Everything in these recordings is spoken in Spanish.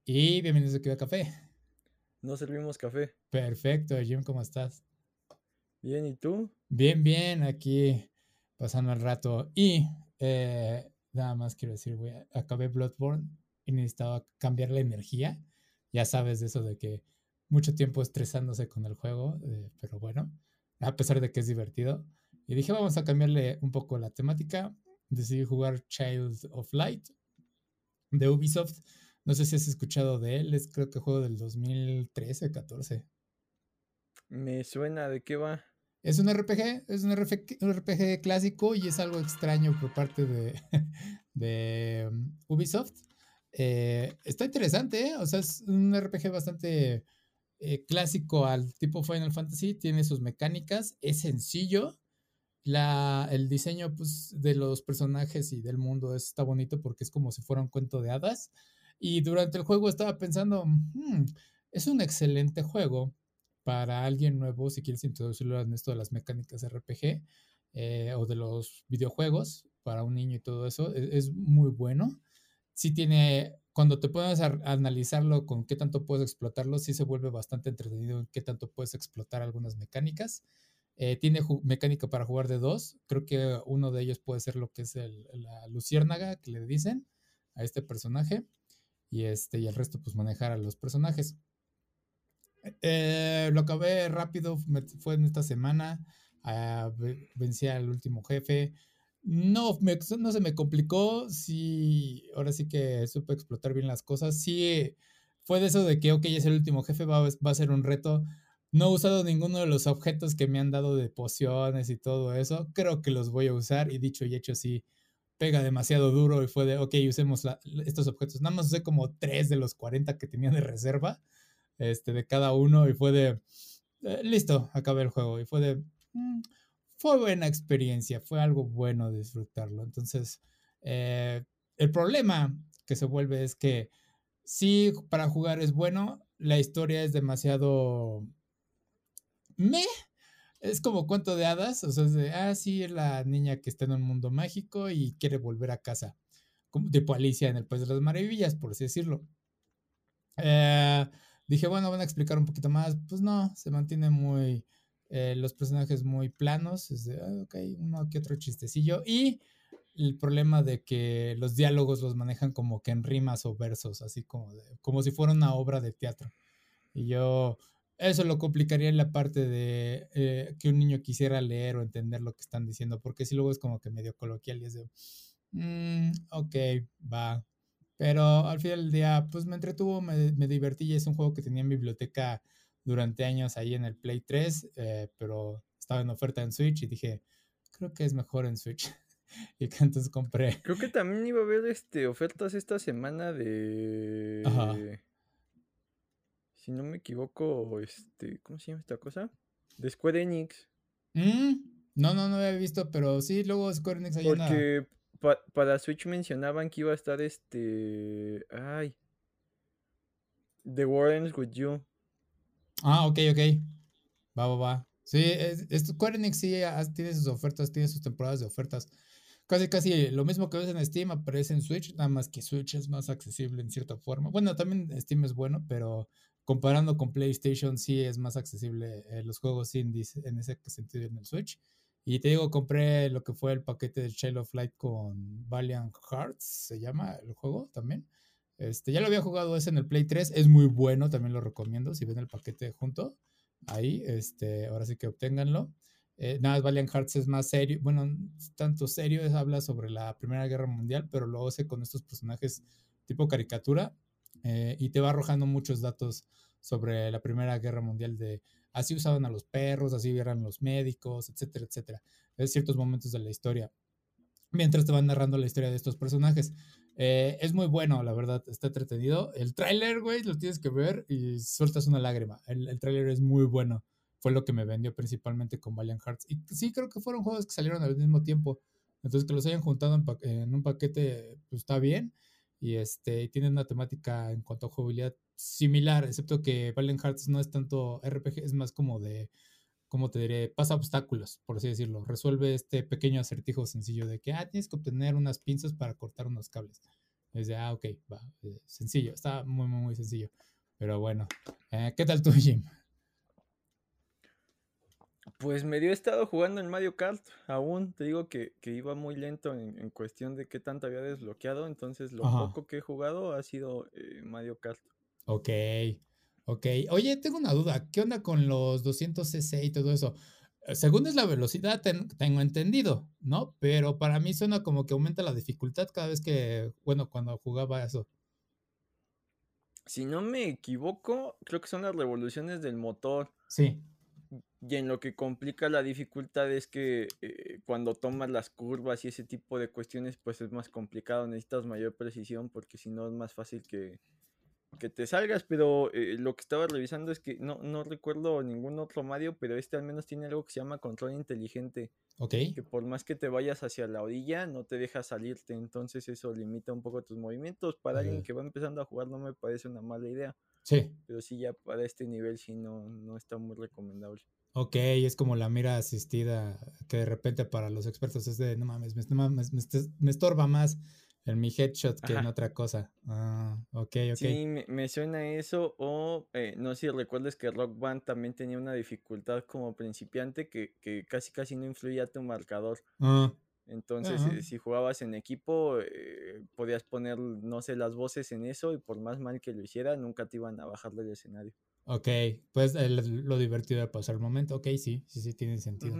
Y bienvenidos aquí a Café. No servimos café. Perfecto, Jim, ¿cómo estás? Bien, ¿y tú? Bien, bien, aquí pasando el rato. Y nada más quiero decir, acabé Bloodborne y necesitaba cambiar la energía. Ya sabes de eso de que mucho tiempo estresándose con el juego, pero bueno, a pesar de que es divertido. Y dije, vamos a cambiarle un poco la temática. Decidí jugar Child of Light de Ubisoft. No sé si has escuchado de él, es creo que juego del 2013-14. Me suena de qué va. Es un RPG, es un RPG clásico y es algo extraño por parte de, de Ubisoft. Está interesante, ¿eh? O sea, es un RPG bastante clásico al tipo Final Fantasy, tiene sus mecánicas, es sencillo. El diseño pues, de los personajes y del mundo está bonito porque es como si fuera un cuento de hadas. Y durante el juego estaba pensando, es un excelente juego para alguien nuevo si quieres introducirlo en esto de las mecánicas RPG o de los videojuegos para un niño y todo eso. Es muy bueno. Sí tiene, cuando te pones a analizarlo con qué tanto puedes explotarlo, sí se vuelve bastante entretenido en qué tanto puedes explotar algunas mecánicas. Tiene mecánica para jugar de dos. Creo que uno de ellos puede ser lo que es la luciérnaga que le dicen a este personaje. Y el resto, pues manejar a los personajes. Lo acabé rápido, fue en esta semana. Vencí al último jefe. No se me complicó. Sí, ahora sí que supe explotar bien las cosas. Sí, fue de eso de que, ok, es el último jefe, va a ser un reto. No he usado ninguno de los objetos que me han dado de pociones y todo eso. Creo que los voy a usar. Y dicho y hecho, sí, pega demasiado duro. Y fue de, ok, usemos estos objetos. Nada más usé como 3 de los 40 que tenía de reserva de cada uno y fue de, listo, acabé el juego y fue de, mm, fue buena experiencia, fue algo bueno disfrutarlo. Entonces, el problema que se vuelve es que sí, para jugar es bueno, la historia es demasiado me. Es como cuento de hadas, o sea, es de, sí, es la niña que está en un mundo mágico y quiere volver a casa, como tipo Alicia en el País de las Maravillas, por así decirlo. Eh, Dije, bueno, van a explicar un poquito más. Pues no, se mantiene muy. Los personajes muy planos. Es de, ok, uno que otro chistecillo. Y el problema de que los diálogos los manejan como que en rimas o versos, así como si fuera una obra de teatro. Y yo. Eso lo complicaría en la parte de que un niño quisiera leer o entender lo que están diciendo, porque si luego es como que medio coloquial y es de, ok, va. Pero al final del día, pues me entretuvo, me divertí y es un juego que tenía en biblioteca durante años ahí en el Play 3, pero estaba en oferta en Switch y dije, creo que es mejor en Switch. Y que entonces compré. Creo que también iba a haber ofertas esta semana Ajá. de, si no me equivoco, ¿cómo se llama esta cosa? De Square Enix. Mm, no había visto, pero sí, luego Square Enix ahí anda. Porque para Switch mencionaban que iba a estar The War Ends With You. Ok, ok. Va. Sí, Square Enix sí tiene sus ofertas, tiene sus temporadas de ofertas. Casi lo mismo que ves en Steam aparece en Switch, nada más que Switch es más accesible en cierta forma. Bueno, también Steam es bueno, pero comparando con PlayStation sí es más accesible los juegos indies en ese sentido en el Switch. Y te digo, compré lo que fue el paquete de Child of Light con Valiant Hearts, se llama el juego también. Ya lo había jugado ese en el Play 3, es muy bueno, también lo recomiendo si ven el paquete junto ahí, ahora sí que obténganlo. Nada, Valiant Hearts es más serio, bueno, tanto serio, habla sobre la Primera Guerra Mundial, pero lo hace con estos personajes tipo caricatura y te va arrojando muchos datos sobre la Primera Guerra Mundial de así usaban a los perros, así eran los médicos, etcétera, etcétera. Es ciertos momentos de la historia mientras te van narrando la historia de estos personajes. Es muy bueno, la verdad, está entretenido. El tráiler, güey, lo tienes que ver y sueltas una lágrima. El tráiler es muy bueno. Fue lo que me vendió principalmente con Valiant Hearts. Y sí, creo que fueron juegos que salieron al mismo tiempo. Entonces, que los hayan juntado en un paquete, pues está bien. Y tienen una temática en cuanto a jugabilidad similar, excepto que Valiant Hearts no es tanto RPG, es más como de ¿cómo te diré? Pasa obstáculos, por así decirlo. Resuelve este pequeño acertijo sencillo de que, tienes que obtener unas pinzas para cortar unos cables. Es de, ok, va, sencillo, está muy, muy, muy sencillo. Pero bueno, ¿qué tal tú, Jim? Pues medio he estado jugando en Mario Kart. Aún te digo que iba muy lento en cuestión de qué tanto había desbloqueado. Entonces lo Ajá, poco que he jugado ha sido Mario Kart. ok, ok. Oye, tengo una duda, ¿qué onda con los 200 cc y todo eso? Según es la velocidad, tengo entendido, ¿no? Pero para mí suena como que aumenta la dificultad cada vez que, bueno, cuando jugaba eso. Si no me equivoco, creo que son las revoluciones del motor. Sí, Y en lo que complica la dificultad es que cuando tomas las curvas y ese tipo de cuestiones, pues es más complicado, necesitas mayor precisión porque si no es más fácil que te salgas, pero lo que estaba revisando es que no recuerdo ningún otro Mario, pero este al menos tiene algo que se llama control inteligente, ok. que por más que te vayas hacia la orilla, no te deja salirte, entonces eso limita un poco tus movimientos. Para alguien eh, que va empezando a jugar no me parece una mala idea, sí, pero sí ya para este nivel sí no está muy recomendable. ok, es como la mira asistida que de repente para los expertos es de, no mames, no mames, me estorba más en mi headshot que en Ajá. otra cosa. Ah, ok, ok. Sí, me suena eso, o no sé si recuerdas que Rock Band también tenía una dificultad como principiante que casi casi no influía a tu marcador. Ah, Entonces, ah, si jugabas en equipo, podías poner, no sé, las voces en eso y por más mal que lo hiciera, nunca te iban a bajar del escenario. ok, pues lo divertido de pasar el momento. Ok, sí, sí, sí, tiene sentido. Ujú.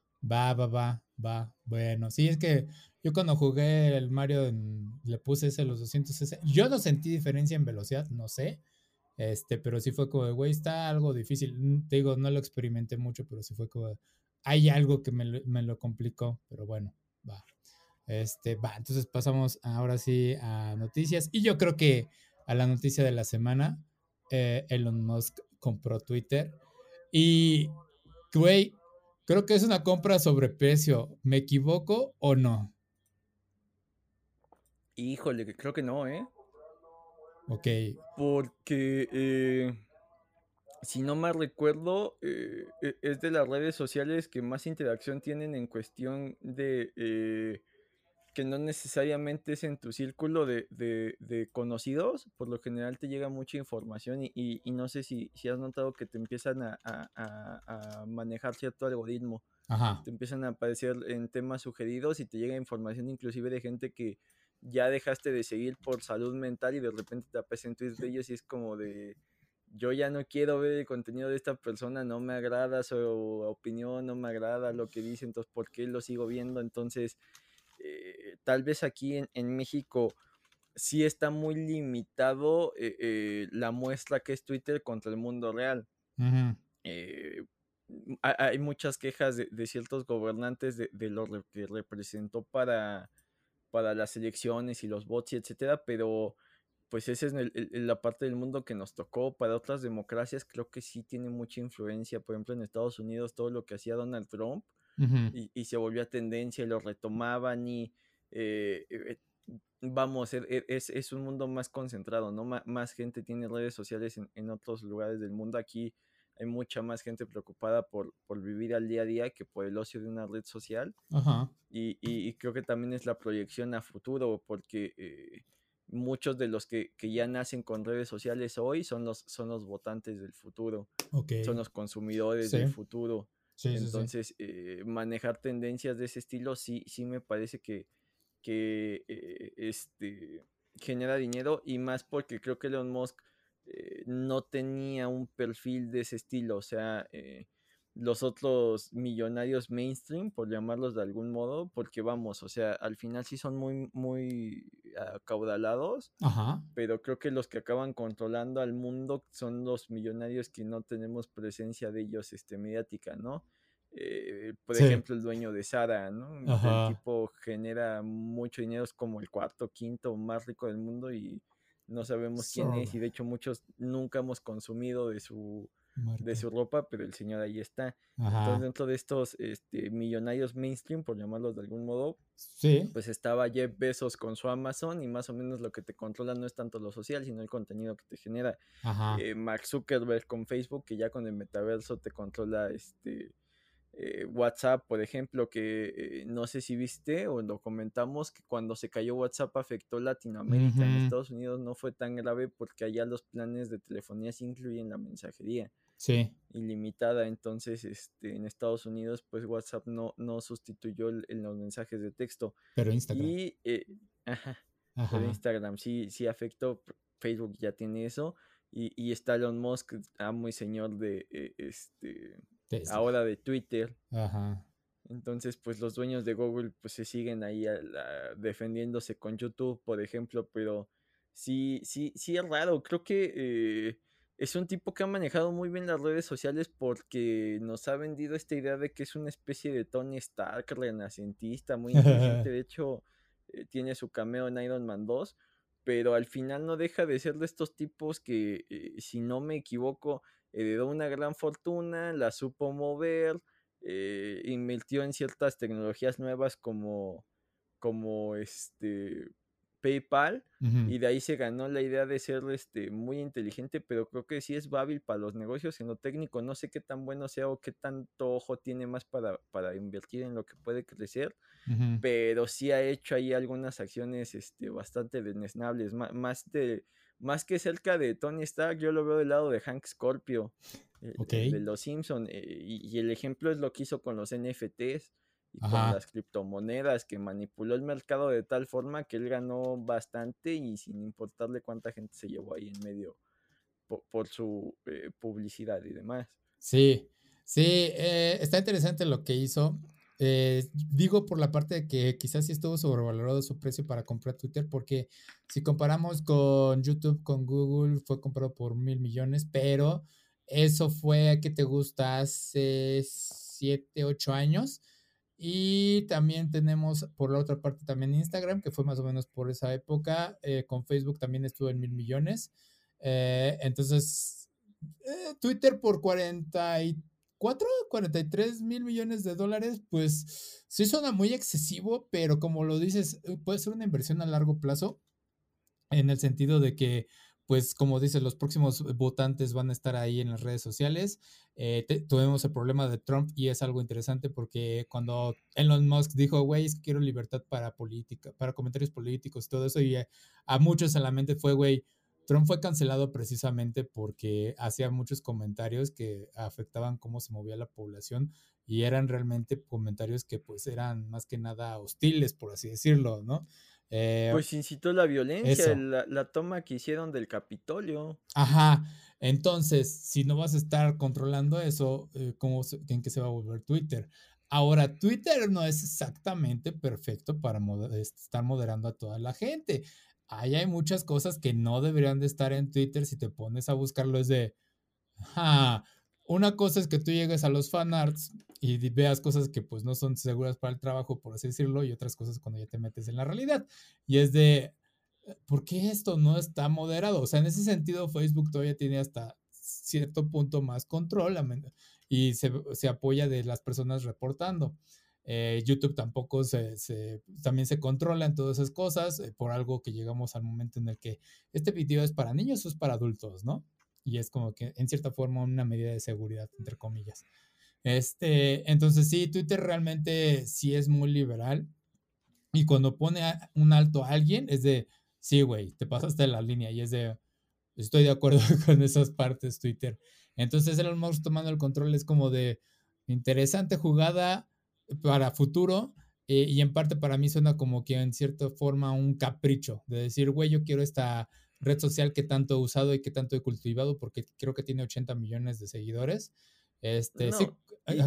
Va. Bueno, sí, es que yo cuando jugué el Mario le puse ese los 200 cc. Yo no sentí diferencia en velocidad, no sé. Pero sí fue como, de, güey, está algo difícil. Te digo, no lo experimenté mucho, pero sí fue como, hay algo que me lo complicó, pero bueno, va. Entonces pasamos ahora sí a noticias. Y yo creo que a la noticia de la semana, Elon Musk compró Twitter. Y, güey, creo que es una compra sobreprecio. ¿Me equivoco o no? Híjole, que creo que no, ¿eh? Ok. Porque, si no mal recuerdo, es de las redes sociales que más interacción tienen en cuestión de que no necesariamente es en tu círculo de conocidos, por lo general te llega mucha información y no sé si has notado que te empiezan a manejar cierto algoritmo, Ajá. te empiezan a aparecer en temas sugeridos y te llega información inclusive de gente que ya dejaste de seguir por salud mental y de repente te aparecen tweets de ellos y es como de yo ya no quiero ver el contenido de esta persona, no me agrada su opinión, no me agrada lo que dice, entonces ¿por qué lo sigo viendo? Entonces tal vez aquí en México sí está muy limitado la muestra que es Twitter contra el mundo real. Ujú. Eh, hay muchas quejas de ciertos gobernantes de lo que representó para las elecciones y los bots y etcétera, pero pues esa es la parte del mundo que nos tocó. Para otras democracias creo que sí tiene mucha influencia. Por ejemplo, en Estados Unidos todo lo que hacía Donald Trump Ujú. y se volvió a tendencia y lo retomaban y vamos, es un mundo más concentrado, ¿no? Más gente tiene redes sociales en otros lugares del mundo. Aquí hay mucha más gente preocupada por vivir al día a día que por el ocio de una red social. Ajá. Y creo que también es la proyección a futuro, porque muchos de los que ya nacen con redes sociales hoy son los votantes del futuro, Ok. son los consumidores del Sí, futuro. sí. Entonces, manejar tendencias de ese estilo sí me parece que genera dinero y más porque creo que Elon Musk no tenía un perfil de ese estilo, o sea, los otros millonarios mainstream, por llamarlos de algún modo, porque vamos, o sea, al final sí son muy, muy acaudalados, Ajá. pero creo que los que acaban controlando al mundo son los millonarios que no tenemos presencia de ellos mediática, ¿no? Por Sí. ejemplo, el dueño de Sara, ¿no? El Ajá. tipo genera mucho dinero, es como el cuarto, quinto más rico del mundo y no sabemos quién es Sorry. y de hecho muchos nunca hemos consumido de su Marca. ropa, pero el señor ahí está. Entonces, Ajá. dentro de estos millonarios mainstream, por llamarlos de algún modo, Sí. pues estaba Jeff Bezos con su Amazon y más o menos lo que te controla no es tanto lo social, sino el contenido que te genera. Ajá. Mark Zuckerberg con Facebook, que ya con el metaverso te controla WhatsApp, por ejemplo, que no sé si viste o lo comentamos, que cuando se cayó WhatsApp afectó Latinoamérica. En Ujú, Estados Unidos no fue tan grave porque allá los planes de telefonía sí incluyen la mensajería sí, ilimitada. Entonces, en Estados Unidos, pues WhatsApp no sustituyó en los mensajes de texto. pero Instagram. Y, ajá, pero Ajá. Instagram sí afectó. Facebook ya tiene eso. Y está Elon Musk, amo y señor de, Tesla. ahora de Twitter. Ajá. Entonces, pues los dueños de Google pues se siguen ahí defendiéndose con YouTube, por ejemplo, pero sí es raro. Creo que es un tipo que ha manejado muy bien las redes sociales porque nos ha vendido esta idea de que es una especie de Tony Stark renacentista, muy inteligente. De hecho, tiene su cameo en Iron Man 2, pero al final no deja de ser de estos tipos que, si no me equivoco, heredó una gran fortuna, la supo mover, invirtió en ciertas tecnologías nuevas como PayPal, Ujú, y de ahí se ganó la idea de ser muy inteligente, pero creo que sí es hábil para los negocios. En lo técnico no sé qué tan bueno sea o qué tanto ojo tiene más para invertir en lo que puede crecer, ujú. pero sí ha hecho ahí algunas acciones bastante desneznables, más que cerca de Tony Stark. Yo lo veo del lado de Hank Scorpio, Ok. el de los Simpson, y el ejemplo es lo que hizo con los NFTs y con Ajá. las criptomonedas, que manipuló el mercado de tal forma que él ganó bastante y sin importarle cuánta gente se llevó ahí en medio por su publicidad y demás. Sí, sí, está interesante lo que hizo. Digo por la parte de que quizás sí estuvo sobrevalorado su precio para comprar Twitter, porque si comparamos con YouTube, con Google, fue comprado por 1,000,000,000, pero eso fue, ¿qué te gusta? Hace 7, 8 años. Y también tenemos por la otra parte también Instagram, que fue más o menos por esa época. Con Facebook también estuvo en 1,000,000,000. Entonces, Twitter por 43,000,000,000 de dólares, pues sí suena muy excesivo, pero como lo dices, puede ser una inversión a largo plazo en el sentido de que, pues como dices, los próximos votantes van a estar ahí en las redes sociales. Tuvimos el problema de Trump y es algo interesante porque cuando Elon Musk dijo, güey, es que quiero libertad para política, para comentarios políticos y todo eso, y a muchos en la mente fue, güey, Trump fue cancelado precisamente porque hacía muchos comentarios que afectaban cómo se movía la población y eran realmente comentarios que pues eran más que nada hostiles, por así decirlo, ¿no? Eh, Pues incitó la violencia, eso. la toma que hicieron del Capitolio. Ajá. Entonces, si no vas a estar controlando eso, ¿en qué se va a volver Twitter? Ahora, Twitter no es exactamente perfecto para estar moderando a toda la gente. Ahí hay muchas cosas que no deberían de estar en Twitter. Si te pones a buscarlo es de, ah, una cosa es que tú llegues a los fanarts y veas cosas que pues no son seguras para el trabajo, por así decirlo, y otras cosas cuando ya te metes en la realidad. Y es de, ¿por qué esto no está moderado? O sea, en ese sentido, Facebook todavía tiene hasta cierto punto más control y se apoya de las personas reportando. YouTube tampoco también se controla en todas esas cosas por algo que llegamos al momento en el que este video es para niños o es para adultos, ¿no? Y es como que en cierta forma una medida de seguridad, entre comillas. Entonces sí, Twitter realmente sí es muy liberal y cuando pone un alto a alguien es de, sí, güey, te pasaste la línea y es de, estoy de acuerdo con esas partes, Twitter. Entonces Elon Musk tomando el control es como de interesante jugada para futuro y en parte para mí suena como que en cierta forma un capricho de decir, güey, yo quiero esta red social que tanto he usado y que tanto he cultivado porque creo que tiene 80 millones de seguidores. No, Sí,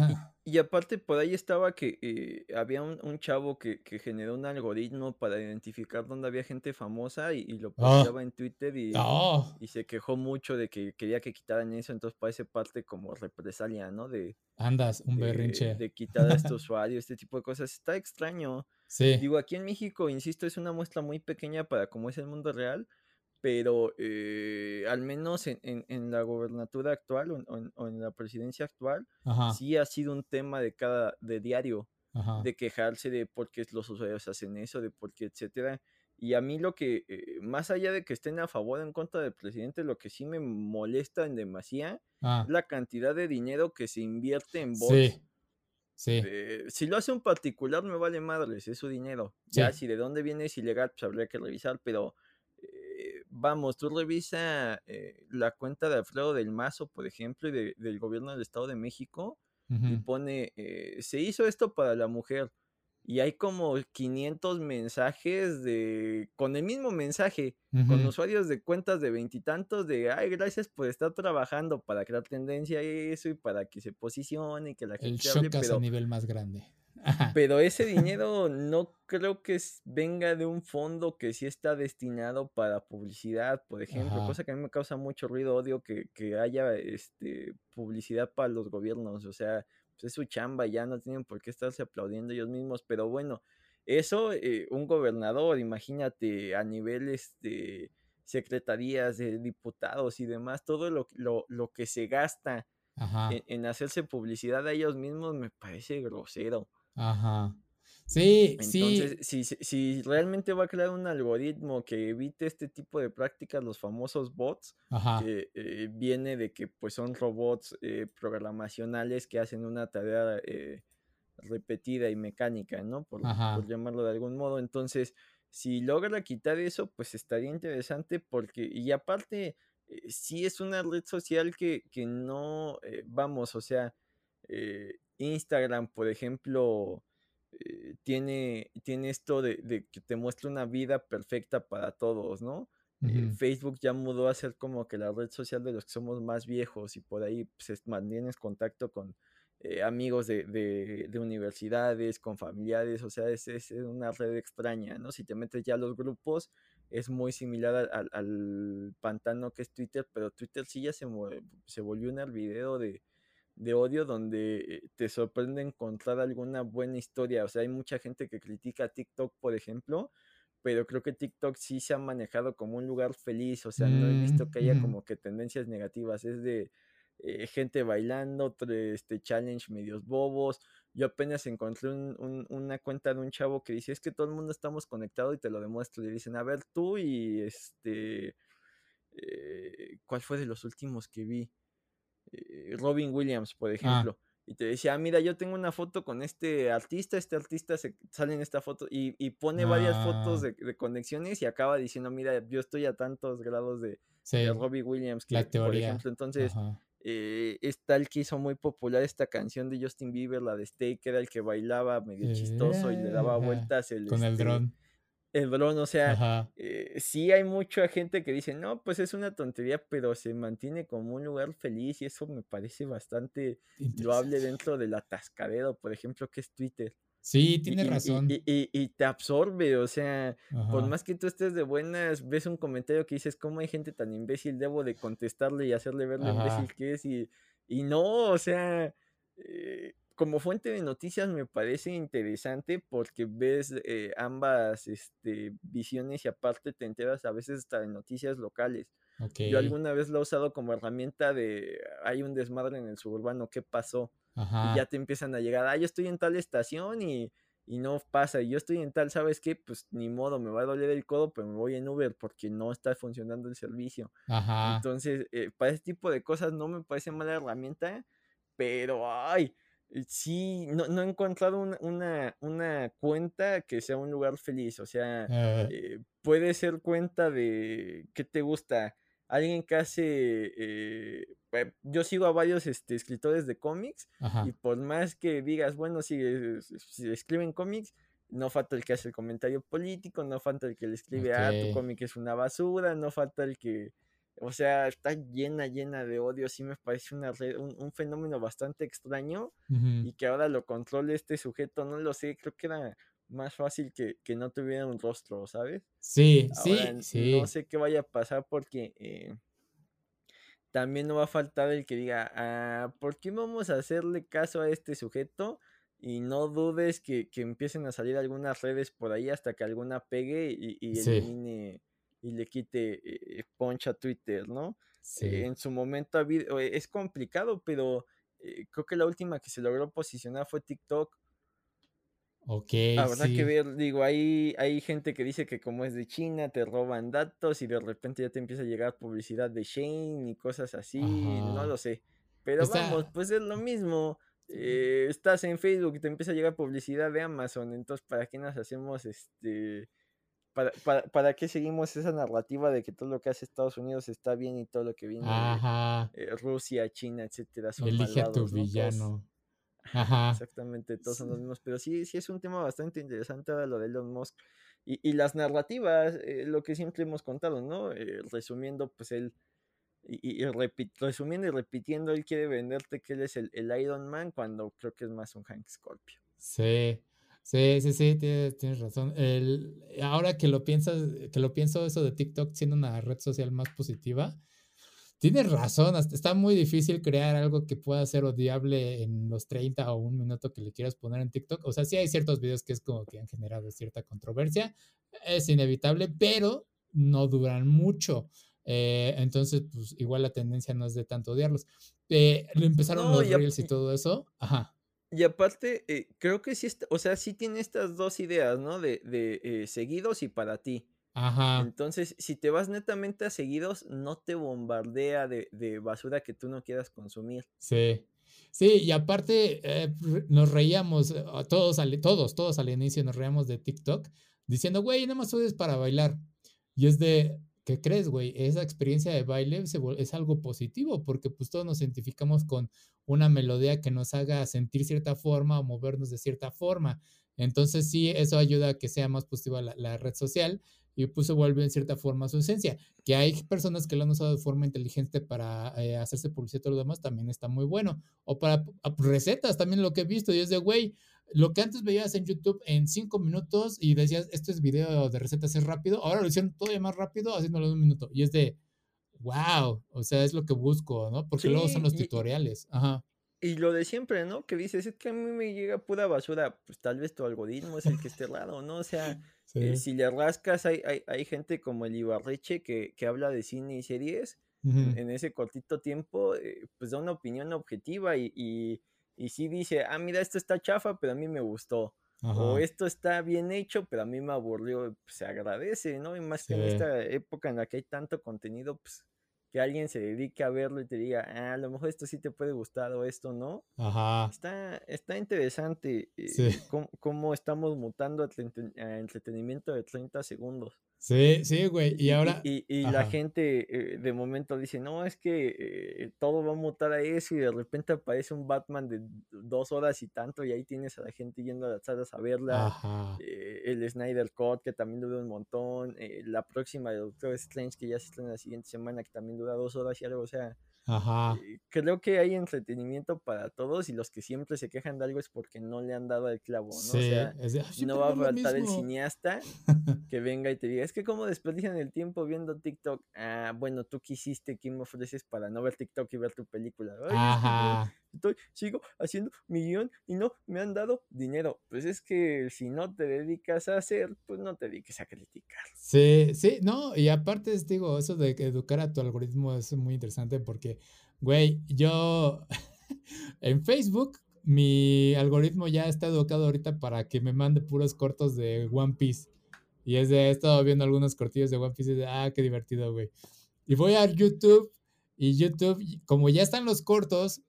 y aparte por ahí estaba que había un chavo que generó un algoritmo para identificar dónde había gente famosa y lo oh, posteaba en Twitter, oh, y se quejó mucho de que quería que quitaran eso. Entonces parece parte como represalia, ¿no? andas, un berrinche. De quitar a este usuario, este tipo de cosas. Está extraño. Sí, Digo, aquí en México, insisto, es una muestra muy pequeña para cómo es el mundo real, pero al menos en la gobernatura actual o en la presidencia actual, ajá, sí ha sido un tema de diario, ajá, de quejarse de por qué los usuarios hacen eso, de por qué, etcétera. Y a mí lo que, más allá de que estén a favor o en contra del presidente, lo que sí me molesta en demasía es ah, la cantidad de dinero que se invierte en bots. sí, Sí, Si lo hace un particular, me vale madres, es su dinero. Ya sí. si de dónde viene es ilegal, pues habría que revisar, pero vamos, tú revisa la cuenta de Alfredo del Mazo, por ejemplo, y del gobierno del Estado de México, y Ujú, pone, se hizo esto para la mujer, y hay como 500 mensajes con el mismo mensaje, con ujú. usuarios de cuentas de veintitantos de, ay, gracias por estar trabajando para crear tendencia a eso y para que se posicione y que la El gente hable, showcase a nivel más grande. Ajá, pero ese dinero no creo que venga de un fondo que sí está destinado para publicidad, por ejemplo, ajá, cosa que a mí me causa mucho ruido, odio que haya publicidad para los gobiernos, o sea, pues es su chamba, ya no tienen por qué estarse aplaudiendo ellos mismos, pero bueno, eso, un gobernador, imagínate, a nivel secretarías de diputados y demás, todo lo que se gasta ajá, en hacerse publicidad a ellos mismos me parece grosero. ajá. Sí, Entonces, sí, si realmente va a crear un algoritmo que evite este tipo de prácticas, los famosos bots, ajá, que viene de que pues son robots programacionales que hacen una tarea repetida y mecánica, ¿no? Por ajá, llamarlo de algún modo. Entonces, si logra quitar eso, pues estaría interesante porque, y aparte, sí es una red social que no, vamos, o sea, Instagram, por ejemplo, tiene esto de que te muestra una vida perfecta para todos, ¿no? ujú, Facebook ya mudó a ser como que la red social de los que somos más viejos y por ahí pues, mantienes contacto con amigos de universidades, con familiares, o sea, es una red extraña, ¿no? Si te metes ya a los grupos, es muy similar al pantano que es Twitter, pero Twitter sí ya se volvió un hervidero de odio donde te sorprende encontrar alguna buena historia. O sea, hay mucha gente que critica a TikTok, por ejemplo, pero creo que TikTok sí se ha manejado como un lugar feliz. O sea, no he mm, visto que haya ujú, como que tendencias negativas. Es de gente bailando, challenge medios bobos. Yo apenas encontré una cuenta de un chavo que dice, es que todo el mundo estamos conectados y te lo demuestro. Y dicen, a ver, tú y ¿cuál fue de los últimos que vi? Robin Williams, por ah, ejemplo, y te decía, ah, mira, yo tengo una foto con este artista sale en esta foto y pone varias fotos ah, de conexiones y acaba diciendo, mira, yo estoy a tantos grados de sí, Robbie Williams, la que por teoría, ejemplo, entonces, ajá, es tal que hizo muy popular esta canción de Justin Bieber, la de Stay, que era el que bailaba medio chistoso y le daba ajá, vueltas con el dron, el dron, o sea, ajá, sí hay mucha gente que dice, no, pues es una tontería, pero se mantiene como un lugar feliz y eso me parece bastante loable interesante. dentro del atascadero, por ejemplo, que es Twitter. Sí, Y, tienes razón, y te absorbe, o sea, por ajá, más que tú estés de buenas, ves un comentario que dices, ¿cómo hay gente tan imbécil? Debo de contestarle y hacerle ver lo imbécil ajá, que es. Y no, o sea, como fuente de noticias me parece interesante porque ves ambas visiones y aparte te enteras a veces hasta de noticias locales. ok, Yo alguna vez lo he usado como herramienta de, hay un desmadre en el suburbano, ¿qué pasó? Y ya ajá, te empiezan a llegar, yo estoy en tal estación y no pasa, y yo estoy en tal, ¿sabes qué? Pues ni modo, me va a doler el codo, pero me voy en Uber porque no está funcionando el servicio. ajá, Entonces, para ese tipo de cosas no me parece mala herramienta, pero, ay, sí, no he encontrado una cuenta que sea un lugar feliz, o sea, eh, puede ser cuenta de, ¿qué te gusta? Alguien que hace, yo sigo a varios escritores de cómics y ajá, por más que digas, bueno, si escriben cómics, no falta el que hace el comentario político, no falta el que le escribe, ok, ah, tu cómic es una basura, no falta el que, o sea, está llena de odio, sí me parece un fenómeno bastante extraño ujú, y que ahora lo controle este sujeto, no lo sé, creo que era más fácil que no tuviera un rostro, ¿sabes? sí, Ahora sí, no sí, sé qué vaya a pasar porque también no va a faltar el que diga, ah, ¿por qué vamos a hacerle caso a este sujeto? Y no dudes que empiecen a salir algunas redes por ahí hasta que alguna pegue y sí, elimine y le quite punch a Twitter, ¿no? sí, En su momento es complicado, pero creo que la última que se logró posicionar fue TikTok. ok, Habrá que sí, ver, digo, hay gente que dice que como es de China, te roban datos y de repente ya te empieza a llegar publicidad de Shane y cosas así, no ajá, lo sé. Pero vamos, está, pues es lo mismo. estás en Facebook y te empieza a llegar publicidad de Amazon, entonces ¿para qué nos hacemos para qué seguimos esa narrativa de que todo lo que hace Estados Unidos está bien y todo lo que viene de Ajá, Rusia, China, etcétera, son elige a tu malvados, ¿no? Todos, villano. ajá, Ajá, exactamente, todos son sí, los mismos, pero sí, sí es un tema bastante interesante ahora lo de Elon Musk y las narrativas, lo que siempre hemos contado, ¿no? Resumiendo, pues él, resumiendo y repitiendo, él quiere venderte que él es el Iron Man cuando creo que es más un Hank Scorpio. sí, sí, tienes razón. Ahora que lo pienso eso de TikTok siendo una red social más positiva, tienes razón, está muy difícil crear algo que pueda ser odiable en los 30 o un minuto que le quieras poner en TikTok. O sea, sí hay ciertos videos que es como que han generado cierta controversia, es inevitable, pero no duran mucho. Entonces, pues igual la tendencia no es de tanto odiarlos. Empezaron No, los reels y todo eso. Ajá, y aparte, creo que sí, o sea, sí tiene estas dos ideas, ¿no? De seguidos y para ti. ajá. Entonces, si te vas netamente a seguidos, no te bombardea de basura que tú no quieras consumir. Sí, sí, y aparte nos reíamos, todos al inicio nos reíamos de TikTok, diciendo, güey, nada más es para bailar. Y es de, ¿qué crees, güey? Esa experiencia de baile es algo positivo, porque pues todos nos identificamos con una melodía que nos haga sentir cierta forma o movernos de cierta forma. Entonces sí, eso ayuda a que sea más positiva la red social y pues se vuelve en cierta forma su esencia. Que hay personas que lo han usado de forma inteligente para hacerse publicidad y todo lo demás, también está muy bueno. O para recetas, también lo que he visto, y es de, güey, lo que antes veías en YouTube en 5 minutos y decías, esto es video de recetas, es rápido, ahora lo hicieron todavía más rápido haciéndolo en un minuto. Y es de, wow, o sea, es lo que busco, ¿no? Porque luego son Sí, los tutoriales. Ajá. y lo de siempre, ¿no? Que dices, es que a mí me llega pura basura. Pues tal vez tu algoritmo es el que esté raro, ¿no? O sea, Sí. si le rascas, hay gente como el Ibarreche que habla de cine y series Ujú. en ese cortito tiempo, pues da una opinión objetiva y sí dice, ah, mira, esto está chafa, pero a mí me gustó. O Ajá. esto está bien hecho, pero a mí me aburrió. Pues se agradece, ¿no? Y más que en Sí. esta época en la que hay tanto contenido, pues que alguien se dedique a verlo y te diga, ah, a lo mejor esto sí te puede gustar o esto no. Ajá. Está interesante Sí. cómo estamos mutando a entretenimiento de 30 segundos. Sí, sí, güey. Y Y, y- ahora, y- y la ajá. gente de momento dice, no, es que todo va a mutar a eso y de repente aparece un Batman de 2 horas y tanto y ahí tienes a la gente yendo a las salas a verla, Ajá. el Snyder Cut que también dura un montón, la próxima de Doctor Strange que ya se estrena la siguiente semana que también dura 2 horas y algo, o sea, Ajá. creo que hay entretenimiento para todos y los que siempre se quejan de algo es porque no le han dado el clavo, ¿no? O Sí, sea, es de, no siempre va a veo lo faltar el mismo. cineasta que venga y te diga, es que cómo desperdician el tiempo viendo TikTok. Ah, bueno, tú quisiste, ¿qué me ofreces para no ver TikTok y ver tu película? Ay, es que yo Ajá. sigo haciendo mi guión y no me han dado dinero. Pues es que si no te dedicas a hacer, pues no te dediques a criticar. Sí, sí, no, y aparte, digo, eso de educar a tu algoritmo es muy interesante porque, güey, yo en Facebook, mi algoritmo ya está educado ahorita para que me mande puros cortos de One Piece. Y he estado viendo algunos cortillos de One Piece y de, qué divertido, güey. Y voy a YouTube y YouTube, como ya están los cortos,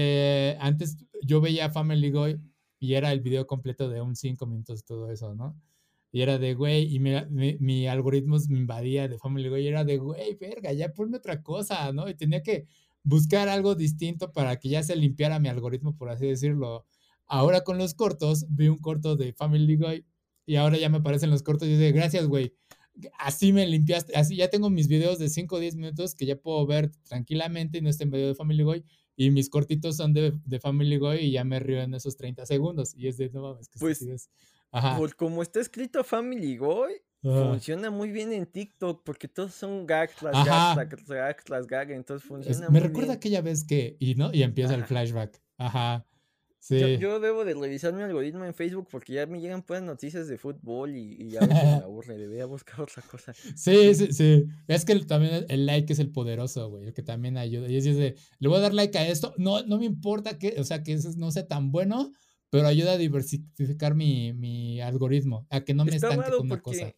antes yo veía Family Guy y era el video completo de un 5 minutos, todo eso, ¿no? Y era de, güey, y mi algoritmo me invadía de Family Guy y era de, güey, verga, ya ponme otra cosa, ¿no? Y tenía que buscar algo distinto para que ya se limpiara mi algoritmo, por así decirlo. Ahora con los cortos, vi un corto de Family Guy y ahora ya me aparecen los cortos y dice, gracias, güey, así me limpiaste, así ya tengo mis videos de 5 o 10 minutos que ya puedo ver tranquilamente y no estén en video de Family Guy. Y mis cortitos son de Family Guy y ya me río en esos 30 segundos. Y es de, no mames, qué Pues, estupidez. Ajá, por como está escrito Family Guy, ajá, funciona muy bien en TikTok porque todos son gags tras gags, ajá. tras gags, tras gags, entonces funciona Me muy recuerda bien. aquella vez que, y no, y empieza el Ajá. flashback. Ajá, Yo, sí. yo debo de revisar mi algoritmo en Facebook porque ya me llegan puras noticias de fútbol y a veces me aburre, debería buscar otra cosa. Sí, sí, sí. Es que también el like es el poderoso, güey, el que también ayuda. Y es de, le voy a dar like a esto. No, no me importa que, o sea, que eso no sea tan bueno, pero ayuda a diversificar mi algoritmo, a que no me Está estanque raro con una cosa. porque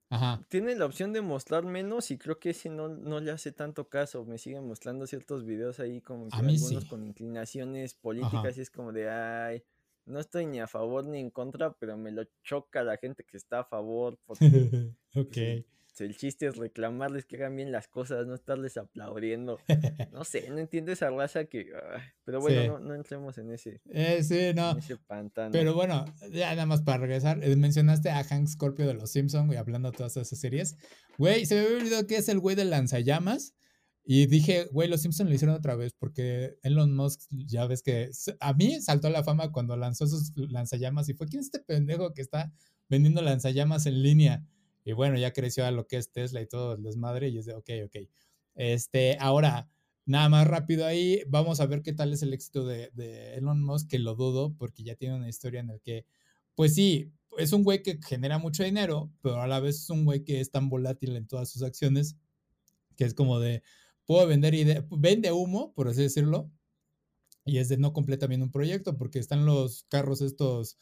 Ajá. Tiene la opción de mostrar menos y creo que ese no le hace tanto caso. Me siguen mostrando ciertos videos ahí como A que mí algunos sí. con inclinaciones Ajá. políticas y es como de, ay, no estoy ni a favor ni en contra, pero me lo choca la gente que está a favor porque pues, Ok. el chiste es reclamarles que hagan bien las cosas, no estarles aplaudiendo. No sé, no entiendo esa raza que... pero bueno, Sí. no entremos Sí, en no. ese pantano. Pero bueno, ya nada más para regresar, mencionaste a Hank Scorpio de los Simpsons, güey, hablando de todas esas series. Güey, se me había olvidado que es el güey de lanzallamas. Y dije, güey, los Simpsons lo hicieron otra vez porque Elon Musk, ya ves que a mí saltó a la fama cuando lanzó sus lanzallamas y fue, ¿quién es este pendejo que está vendiendo lanzallamas en línea? Y bueno, ya creció a lo que es Tesla y todo el desmadre y es de, ok, ok. Ahora, nada más rápido ahí, vamos a ver qué tal es el éxito de Elon Musk, que lo dudo, porque ya tiene una historia en la que, pues sí, es un güey que genera mucho dinero, pero a la vez es un güey que es tan volátil en todas sus acciones, que es como de, puedo vender vende humo, por así decirlo, y es de no completa bien un proyecto, porque están los carros estos,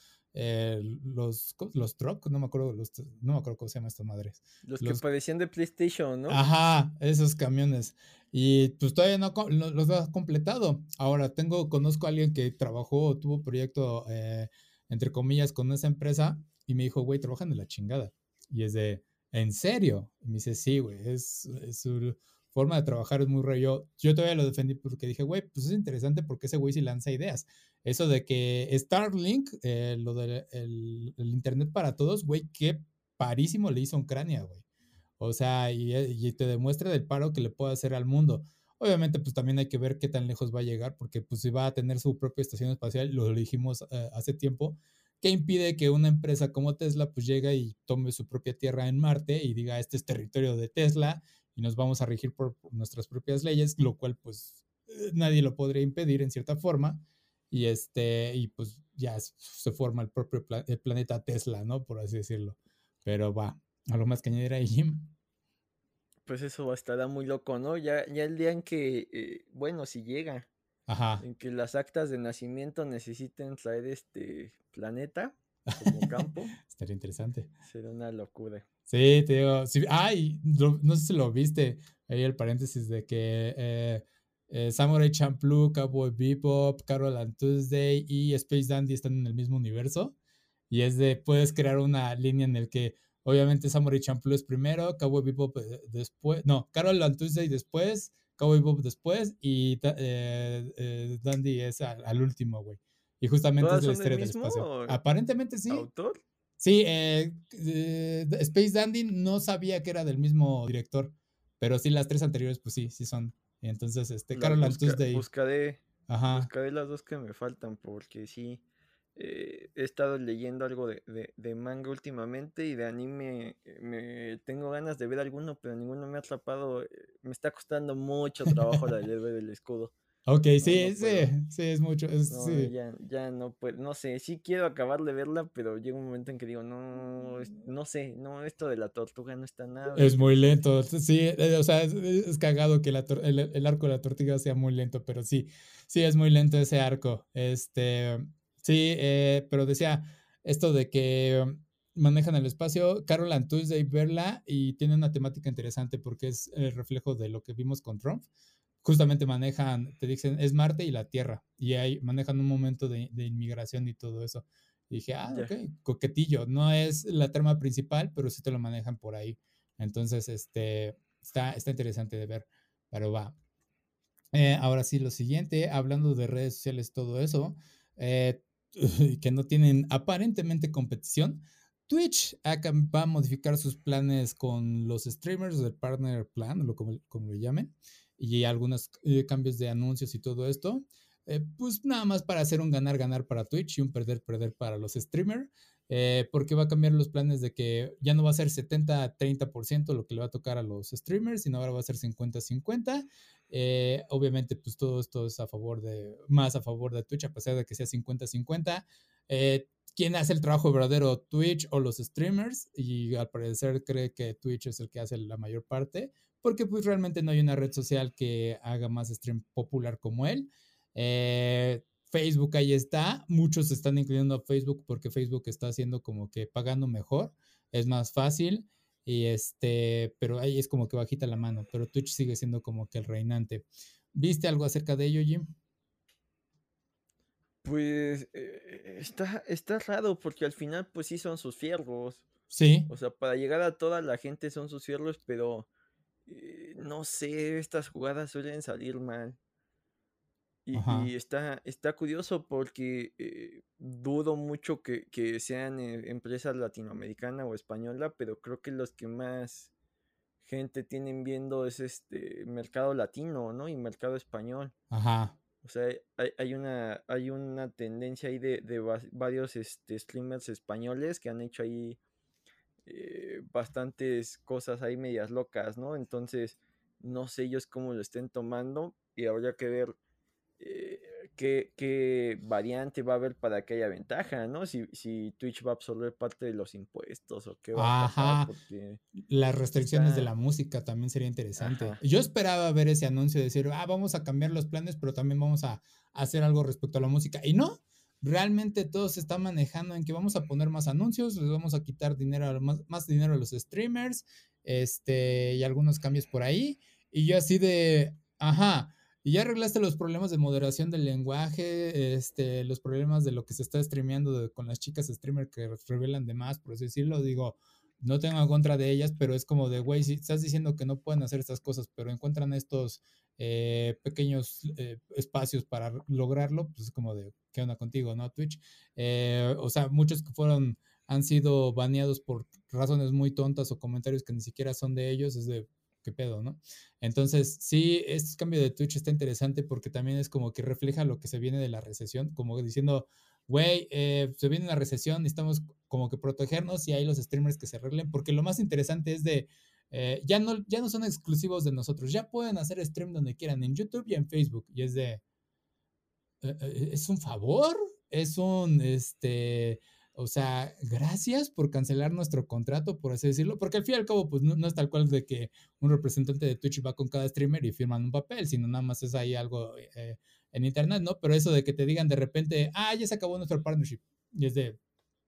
los truck, no me acuerdo cómo se llaman estas madres. Los que Los parecían de PlayStation, ¿no? Ajá, esos camiones. Y pues todavía no los ha completado. Ahora, conozco a alguien que trabajó o tuvo proyecto, entre comillas, con esa empresa y me dijo, güey, trabajan de la chingada. Y es de, ¿en serio? Y me dice, sí, güey, su forma de trabajar es muy rollo. Yo todavía lo defendí porque dije, güey, pues es interesante porque ese güey sí lanza ideas. Eso de que Starlink, lo del el Internet para todos, güey, qué parísimo le hizo a Ucrania, güey. O sea, y te demuestra del paro que le puede hacer al mundo. Obviamente, pues también hay que ver qué tan lejos va a llegar, porque pues si va a tener su propia estación espacial, lo dijimos hace tiempo, que impide que una empresa como Tesla pues llegue y tome su propia tierra en Marte y diga, este es territorio de Tesla y nos vamos a regir por nuestras propias leyes, lo cual pues nadie lo podría impedir en cierta forma. Y pues ya se forma el propio el planeta Tesla, ¿no? Por así decirlo. Pero va, a lo más que añadir ahí, Jim. Pues eso estará muy loco, ¿no? Ya el día en que, bueno, si llega, Ajá. en que las actas de nacimiento necesiten traer este planeta como campo, Estaría interesante. será una locura. Sí, te digo. Sí, ay, no sé si lo viste. Ahí el paréntesis de que Samurai Champloo, Cowboy Bebop, Carol and Tuesday y Space Dandy están en el mismo universo. Y es de, puedes crear una línea en el que, obviamente, Samurai Champloo es primero, Cowboy Bebop después, no, Carol and Tuesday después, Cowboy Bebop después y Dandy es al último, güey. Y justamente es ¿Todas de la son del historia del mismo espacio. Aparentemente sí. autor? Sí, Space Dandy no sabía que era del mismo director, pero sí, las tres anteriores, pues sí, sí son. Y entonces, Las Carol and Tuesday, buscaré, ajá, buscaré las dos que me faltan porque sí, he estado leyendo algo de manga últimamente y de anime. Me tengo ganas de ver alguno, pero ninguno me ha atrapado. Me está costando mucho trabajo la del héroe del escudo. ok, No sí, sí, puedo. sí, es mucho, No, sí, ya no puedo. No sé, sí quiero acabar de verla, pero llega un momento en que digo, no, no sé, no, esto de la tortuga no está nada es muy interesante. lento, sí, o sea, es cagado que el arco de la tortuga sea muy lento, pero sí, sí, es muy lento ese arco, sí, pero decía esto de que manejan el espacio, Carol and Tuesday verla y tiene una temática interesante porque es el reflejo de lo que vimos con Trump. Justamente manejan, te dicen, es Marte y la Tierra, y ahí manejan un momento de inmigración y todo eso. Y dije, ok, Ya. coquetillo, no es la trama principal, pero sí te lo manejan por ahí. Entonces, está interesante de ver, pero va. Ahora sí, lo siguiente, hablando de redes sociales, todo eso, eh, que no tienen aparentemente competición, Twitch va a modificar sus planes con los streamers del Partner Plan, como le llamen, y algunos cambios de anuncios y todo esto. Pues nada más para hacer un ganar-ganar para Twitch y un perder-perder para los streamers, porque va a cambiar los planes de que ya no va a ser 70-30% lo que le va a tocar a los streamers, sino ahora va a ser 50-50. Obviamente, pues todo esto es más a favor de Twitch, a pesar de que sea 50-50. ¿Quién hace el trabajo verdadero, Twitch o los streamers? Y al parecer cree que Twitch es el que hace la mayor parte, porque pues realmente no hay una red social que haga más stream popular como él. Facebook ahí está, muchos están incluyendo a Facebook porque Facebook está haciendo como que pagando mejor, es más fácil. pero ahí es como que bajita la mano, pero Twitch sigue siendo como que el reinante. ¿Viste algo acerca de ello, Jim? Pues está raro porque al final pues sí son sus fierros. Sí, O sea, para llegar a toda la gente son sus fierros, pero no sé, estas jugadas suelen salir mal. ajá, Y está curioso porque dudo mucho que sean empresas latinoamericana o española, pero creo que los que más gente tienen viendo es este mercado latino, ¿no? Y mercado español. ajá, O sea, hay una tendencia ahí de varios streamers españoles que han hecho ahí bastantes cosas ahí medias locas, ¿no? Entonces, no sé ellos cómo lo estén tomando y habría que ver eh, qué variante va a haber para que haya ventaja, ¿no? Si Twitch va a absorber parte de los impuestos o qué va a pasar, ajá. porque Las sí restricciones de la está, música también sería interesante. ajá, Yo esperaba ver ese anuncio de decir, vamos a cambiar los planes, pero también vamos a hacer algo respecto a la música. Y no, realmente todo se está manejando en que vamos a poner más anuncios, les vamos a quitar dinero, más dinero a los streamers, y algunos cambios por ahí. Y yo así de, ajá, y ya arreglaste los problemas de moderación del lenguaje, los problemas de lo que se está streameando con las chicas streamer que revelan de más, por así decirlo, digo, no tengo en contra de ellas, pero es como de, güey, si estás diciendo que no pueden hacer estas cosas, pero encuentran estos pequeños espacios para lograrlo, pues es como de, ¿qué onda contigo, no, Twitch? O sea, muchos que han sido baneados por razones muy tontas o comentarios que ni siquiera son de ellos, es de, ¿qué pedo, no? Entonces, sí, este cambio de Twitch está interesante porque también es como que refleja lo que se viene de la recesión, como diciendo, güey, se viene una recesión, necesitamos como que protegernos y hay los streamers que se arreglen, porque lo más interesante es de, ya no son exclusivos de nosotros, ya pueden hacer stream donde quieran, en YouTube y en Facebook, y es de, es un favor, es o sea, gracias por cancelar nuestro contrato, por así decirlo, porque al fin y al cabo, pues no es tal cual de que un representante de Twitch va con cada streamer y firman un papel, sino nada más es ahí algo en internet, ¿no? Pero eso de que te digan de repente, ya se acabó nuestro partnership, y es de,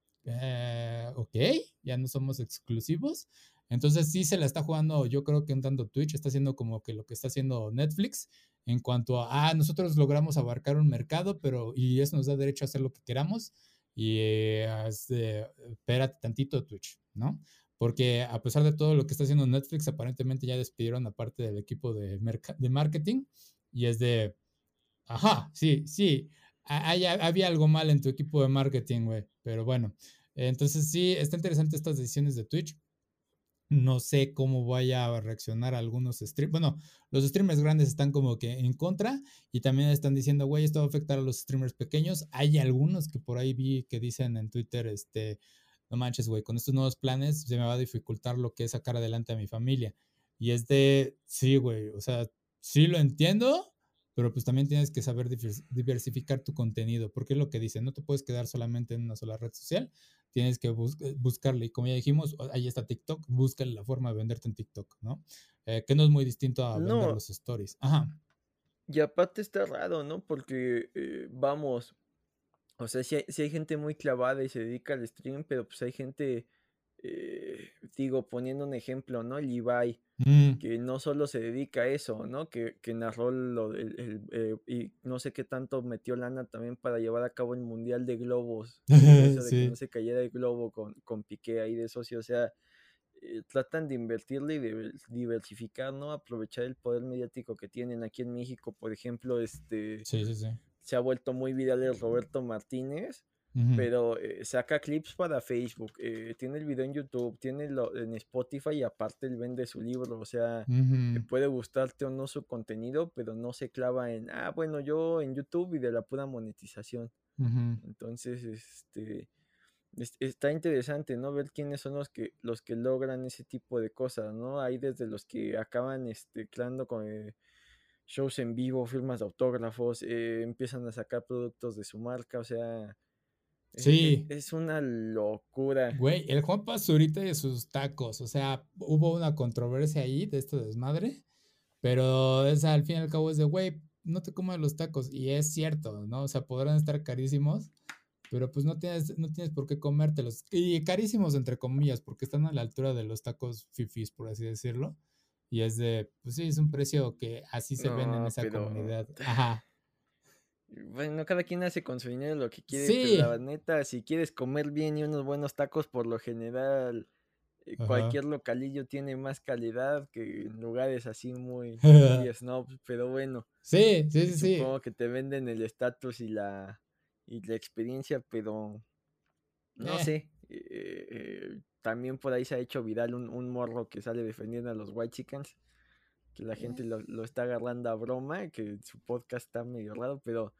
ok, ya no somos exclusivos. Entonces sí se la está jugando, yo creo que un tanto Twitch está haciendo como que lo que está haciendo Netflix en cuanto a, nosotros logramos abarcar un mercado, y eso nos da derecho a hacer lo que queramos y espérate tantito Twitch, ¿no? Porque a pesar de todo lo que está haciendo Netflix, aparentemente ya despidieron a parte del equipo de marketing y es de, ajá, sí, sí. Había algo mal en tu equipo de marketing, güey. Pero bueno, entonces sí, está interesante estas decisiones de Twitch. No sé cómo vaya a reaccionar algunos streamers. Bueno, los streamers grandes están como que en contra y también están diciendo, güey, esto va a afectar a los streamers pequeños. Hay algunos que por ahí vi que dicen en Twitter, no manches, güey, con estos nuevos planes se me va a dificultar lo que es sacar adelante a mi familia. Y es de, sí, güey, o sea, sí lo entiendo, pero pues también tienes que saber diversificar tu contenido, porque es lo que dicen, no te puedes quedar solamente en una sola red social, tienes que buscarle. Y como ya dijimos, ahí está TikTok, búscale la forma de venderte en TikTok, ¿no? Que no es muy distinto a vender no, los stories. Ajá. y aparte está raro, ¿no? Porque, vamos, o sea, sí hay gente muy clavada y se dedica al stream, pero pues hay gente, digo, poniendo un ejemplo, ¿no? El Ibai, Mm. que no solo se dedica a eso, ¿no? Que narró y no sé qué tanto metió lana también para llevar a cabo el Mundial de Globos, eso de que no Sí. se cayera el globo con Piqué ahí de socio, o sea, tratan de invertirle y de diversificar, ¿no? Aprovechar el poder mediático que tienen aquí en México, por ejemplo, Sí, sí, sí. se ha vuelto muy viral el Roberto Martínez, Ujú, pero saca clips para Facebook, tiene el video en YouTube, en Spotify y aparte él vende su libro, o sea, ujú, puede gustarte o no su contenido, pero no se clava en, bueno, yo en YouTube y de la pura monetización. ujú. Entonces, está interesante, ¿no? Ver quiénes son los que logran ese tipo de cosas, ¿no? Hay desde los que acaban creando con shows en vivo, firmas de autógrafos, empiezan a sacar productos de su marca, o sea, Sí, es una locura. güey, el Juan Pazurita y sus tacos, o sea, hubo una controversia ahí de este desmadre, pero al fin y al cabo es de, güey, no te comas los tacos, y es cierto, ¿no? O sea, podrán estar carísimos, pero pues no tienes por qué comértelos. Y carísimos, entre comillas, porque están a la altura de los tacos fifís, por así decirlo. Y es de, pues sí, es un precio que así se ven en No, esa pero comunidad. Ajá. bueno, cada quien hace con su dinero lo que quiere, pero la Sí. neta, si quieres comer bien y unos buenos tacos, por lo general, Ajá. cualquier localillo tiene más calidad que en lugares así muy snobs, pero bueno, Sí, sí, sí, sí. supongo que te venden el estatus y la experiencia, pero no Eh, sé, también por ahí se ha hecho viral un morro que sale defendiendo a los White Chickens, que la gente eh, lo está agarrando a broma, que su podcast está medio raro, pero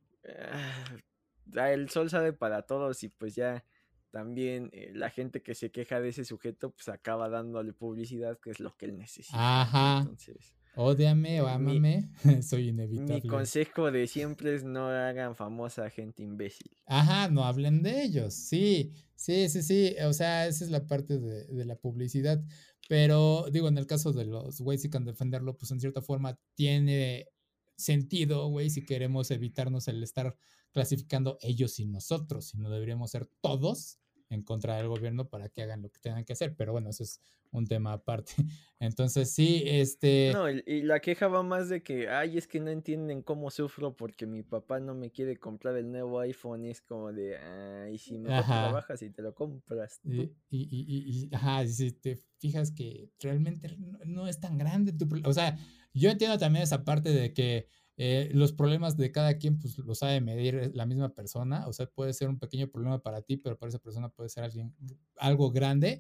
el sol sabe para todos y pues ya también la gente que se queja de ese sujeto pues acaba dándole publicidad, que es lo que él necesita, ¿no? Ajá. Entonces, Ódiame o mi, ámame, soy mi inevitable. consejo de siempre es no hagan famosa a gente imbécil. Ajá, no hablen de ellos. Sí, sí, sí, sí. O sea, esa es la parte de la publicidad. Pero digo, en el caso de los güeyes, si can defenderlo, pues en cierta forma tiene sentido, güey, si queremos evitarnos el estar clasificando ellos y nosotros, sino deberíamos ser todos en contra del gobierno para que hagan lo que tengan que hacer. Pero bueno, eso es un tema aparte. Entonces, sí, No, y la queja va más de que, ay, es que no entienden cómo sufro porque mi papá no me quiere comprar el nuevo iPhone. Y es como de, ay, si mejor ajá. trabajas y te lo compras tú. Ajá, y si te fijas que realmente no es tan grande o sea, yo entiendo también esa parte de que los problemas de cada quien, pues lo sabe medir la misma persona, o sea, puede ser un pequeño problema para ti, pero para esa persona puede ser algo grande,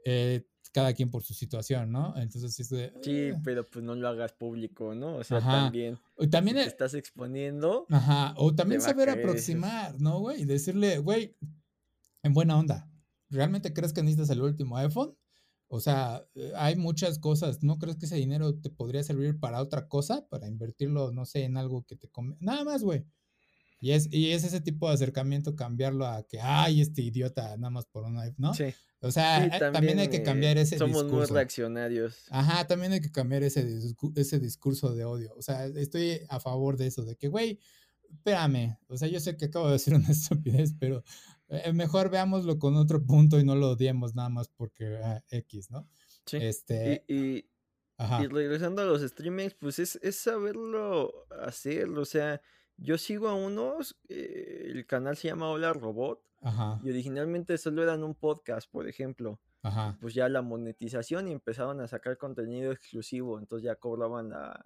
cada quien por su situación, ¿no? Entonces, sí es de, Sí, pero pues no lo hagas público, ¿no? O sea, ajá, también, o si también, te estás exponiendo, ajá, o te también va a saber caer eso. aproximar, ¿no, güey? Y decirle, güey, en buena onda. ¿Realmente crees que necesitas el último iPhone? O sea, hay muchas cosas. ¿No crees que ese dinero te podría servir para otra cosa? Para invertirlo, no sé, en algo que te come. Nada más, güey. Y es ese tipo de acercamiento, cambiarlo a que, ay, este idiota, nada más por un iPhone, ¿no? Sí, O sea, sí, también hay también que cambiar ese somos muy discurso. reaccionarios. Ajá, también hay que cambiar ese discurso de odio. O sea, estoy a favor de eso, de que, güey, espérame, o sea, yo sé que acabo de decir una estupidez, pero mejor veámoslo con otro punto y no lo odiemos nada más porque X, ¿no? Sí. Y, Este, y, y ajá, regresando a los streamings, pues es saberlo hacer. O sea, yo sigo a unos, el canal se llama Hola Robot, ajá, y originalmente solo eran un podcast, por ejemplo. Y ajá. pues ya la monetización y empezaron a sacar contenido exclusivo, entonces ya cobraban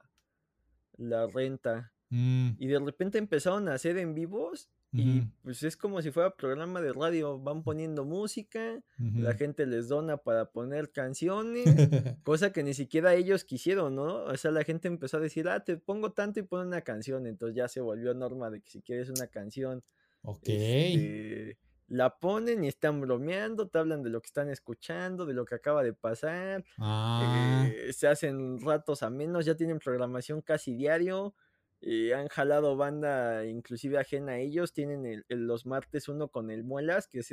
la renta. Mm, Y de repente empezaron a hacer en vivos y ujú, pues es como si fuera programa de radio, van poniendo música, la ujú. gente les dona para poner canciones, cosa que ni siquiera ellos quisieron, ¿no? O sea, la gente empezó a decir, ah, te pongo tanto y pon una canción, entonces ya se volvió norma de que si quieres una canción, Ok. este, la ponen y están bromeando, te hablan de lo que están escuchando, de lo que acaba de pasar, Ah, se hacen ratos a menos, ya tienen programación casi diario, han jalado banda inclusive ajena a ellos, tienen los martes uno con el Muelas, que es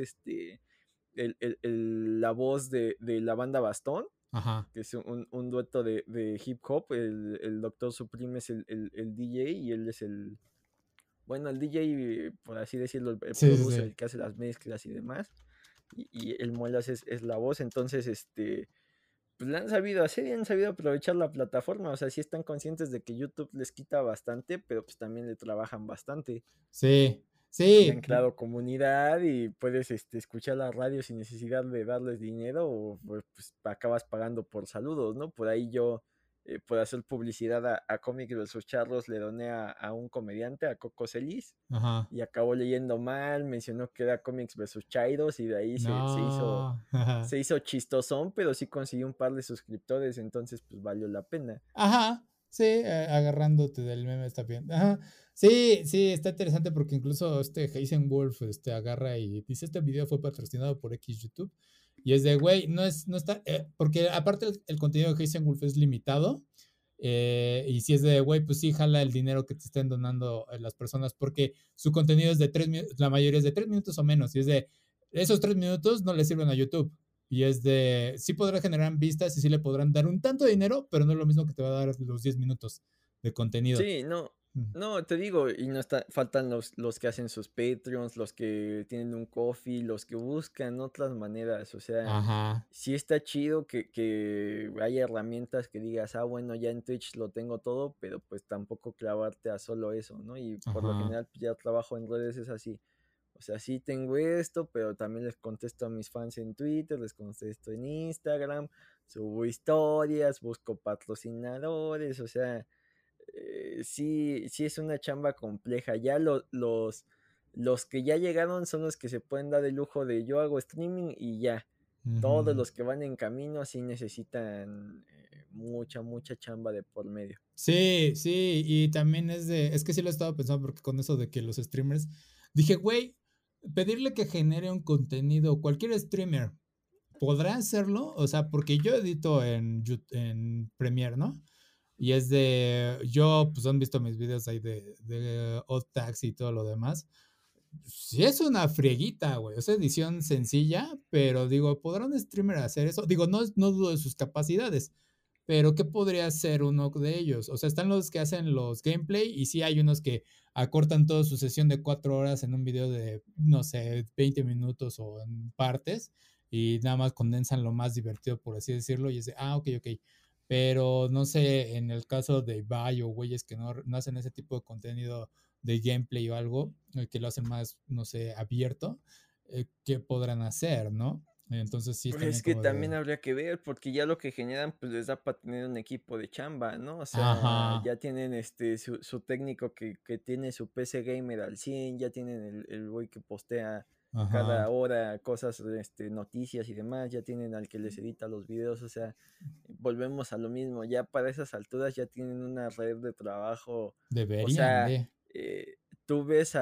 la voz de la banda Bastón, ajá, que es un dueto de hip hop, el Doctor Supreme es el DJ y él es bueno, el DJ, por así decirlo, el sí, sí, producer, sí. el que hace las mezclas y demás, y el Muelas es la voz, entonces, pues la han sabido hacer y han sabido aprovechar la plataforma, o sea, sí están conscientes de que YouTube les quita bastante, pero pues también le trabajan bastante Sí, y han sí, creado comunidad y puedes escuchar la radio sin necesidad de darles dinero o pues acabas pagando por saludos, ¿no? Por ahí yo, por hacer publicidad a Comic versus Charlos, le doné a un comediante, a Coco Celis, ajá. y acabó leyendo mal, mencionó que era Comics versus Chairos y de ahí No, ajá. se hizo chistosón, pero sí consiguió un par de suscriptores, entonces pues valió la pena. Ajá, sí, agarrándote del meme está bien. Ajá. Sí, sí, está interesante porque incluso Heisenwolf agarra y dice, este video fue patrocinado por X YouTube. Y es de, güey, no está, porque aparte el contenido de Heisenwolf es limitado. Y si es de, güey, pues sí, jala el dinero que te estén donando las personas, porque su contenido es de 3 minutos, la mayoría es de 3 minutos o menos. Y es de, esos 3 minutos no le sirven a YouTube. Y es de, sí podrá generar vistas y sí le podrán dar un tanto de dinero, pero no es lo mismo que te va a dar los 10 minutos de contenido. Sí, no. Mm. No, te digo, y no está, faltan los que hacen sus Patreons, los que tienen un coffee, los que buscan otras maneras. O sea, Ajá, sí está chido que haya herramientas que digas, ah, bueno, ya en Twitch lo tengo todo, pero pues tampoco clavarte a solo eso, ¿no? Y por lo ajá. general, pues, ya trabajo en redes es así. O sea, sí tengo esto, pero también les contesto a mis fans en Twitter, les contesto en Instagram, subo historias, busco patrocinadores, o sea, sí, sí es una chamba compleja. Ya los que ya llegaron son los que se pueden dar el lujo de yo hago streaming y ya. Todos Ujú. los que van en camino sí necesitan mucha, mucha chamba de por medio. Sí, sí, y también es que sí lo estaba pensando porque con eso de que los streamers, dije, güey, pedirle que genere un contenido, cualquier streamer, ¿podrá hacerlo? O sea, porque yo edito en Premiere, ¿no? Y es de, yo, pues han visto mis videos ahí de Odd Taxi y todo lo demás. Sí es una frieguita, güey. Es edición sencilla, pero digo, ¿podrá un streamer hacer eso? Digo, no dudo de sus capacidades, pero ¿qué podría ser uno de ellos? O sea, están los que hacen los gameplay y sí hay unos que acortan toda su sesión de 4 horas en un video de, no sé, 20 minutos o en partes y nada más condensan lo más divertido, por así decirlo, y es de, ok, ok. Pero no sé, en el caso de Ibai o güeyes que no hacen ese tipo de contenido de gameplay o algo, que lo hacen más, no sé, abierto, ¿qué podrán hacer, no? Entonces sí es Pues también es que como también de, habría que ver, porque ya lo que generan, pues les da para tener un equipo de chamba, ¿no? O sea, ajá, ya tienen su técnico que tiene su PC gamer al 100, ya tienen el güey que postea ajá, cada hora cosas, noticias y demás, ya tienen al que les edita los videos, o sea, volvemos a lo mismo, ya para esas alturas ya tienen una red de trabajo, o deberían sea, de. tú ves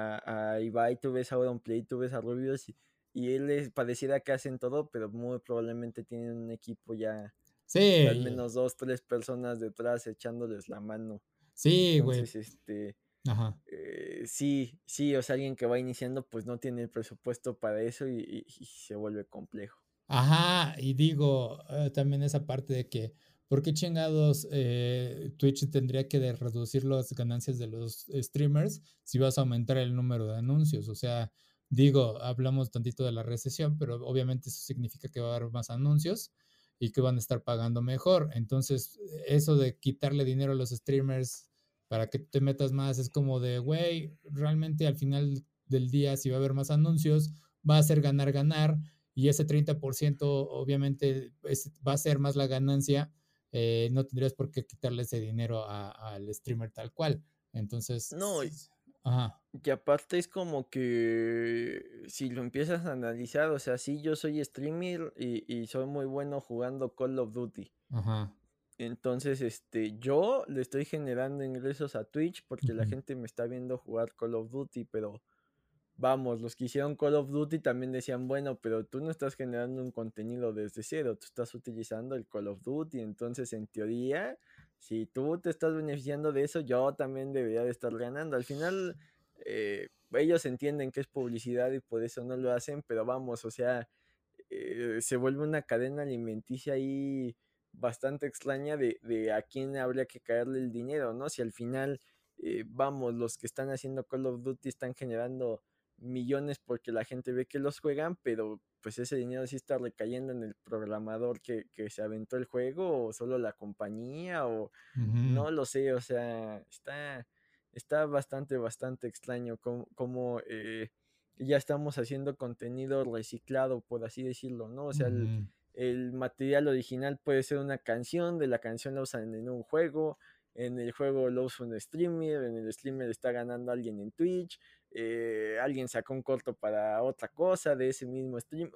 a Ibai, tú ves a Auronplay, tú ves a Rubius y él les pareciera que hacen todo, pero muy probablemente tienen un equipo ya de al Sí, menos dos, tres personas detrás echándoles la mano. sí, güey, Entonces, ajá. sí, sí, o sea, alguien que va iniciando, pues no tiene el presupuesto para eso y se vuelve complejo. Ajá, y digo, también esa parte de que, ¿por qué chingados Twitch tendría que reducir las ganancias de los streamers si vas a aumentar el número de anuncios? O sea, digo, hablamos tantito de la recesión, pero obviamente eso significa que va a haber más anuncios y que van a estar pagando mejor. Entonces, eso de quitarle dinero a los streamers para que te metas más es como de, güey, realmente al final del día, si va a haber más anuncios, va a ser ganar, ganar y ese 30% obviamente va a ser más la ganancia, no tendrías por qué quitarle ese dinero al streamer tal cual. No, Entonces, ajá, y aparte es como que si lo empiezas a analizar, o sea, sí, yo soy streamer y soy muy bueno jugando Call of Duty. ajá, Entonces, yo le estoy generando ingresos a Twitch porque la ujú, gente me está viendo jugar Call of Duty, pero vamos, los que hicieron Call of Duty también decían, bueno, pero tú no estás generando un contenido desde cero, tú estás utilizando el Call of Duty, entonces en teoría, si tú te estás beneficiando de eso, yo también debería de estar ganando. Al final, ellos entienden que es publicidad y por eso no lo hacen, pero vamos, o sea, se vuelve una cadena alimenticia ahí bastante extraña de a quién habría que caerle el dinero, ¿no? Si al final, vamos, los que están haciendo Call of Duty están generando millones porque la gente ve que los juegan, pero pues ese dinero sí está recayendo en el programador que se aventó el juego o solo la compañía o ujú, no lo sé, o sea, está bastante, bastante extraño como ya estamos haciendo contenido reciclado, por así decirlo, ¿no? O sea, ujú, el material original puede ser una canción, de la canción la usan en un juego, en el juego lo usa un streamer, en el streamer está ganando alguien en Twitch, alguien sacó un corto para otra cosa de ese mismo stream,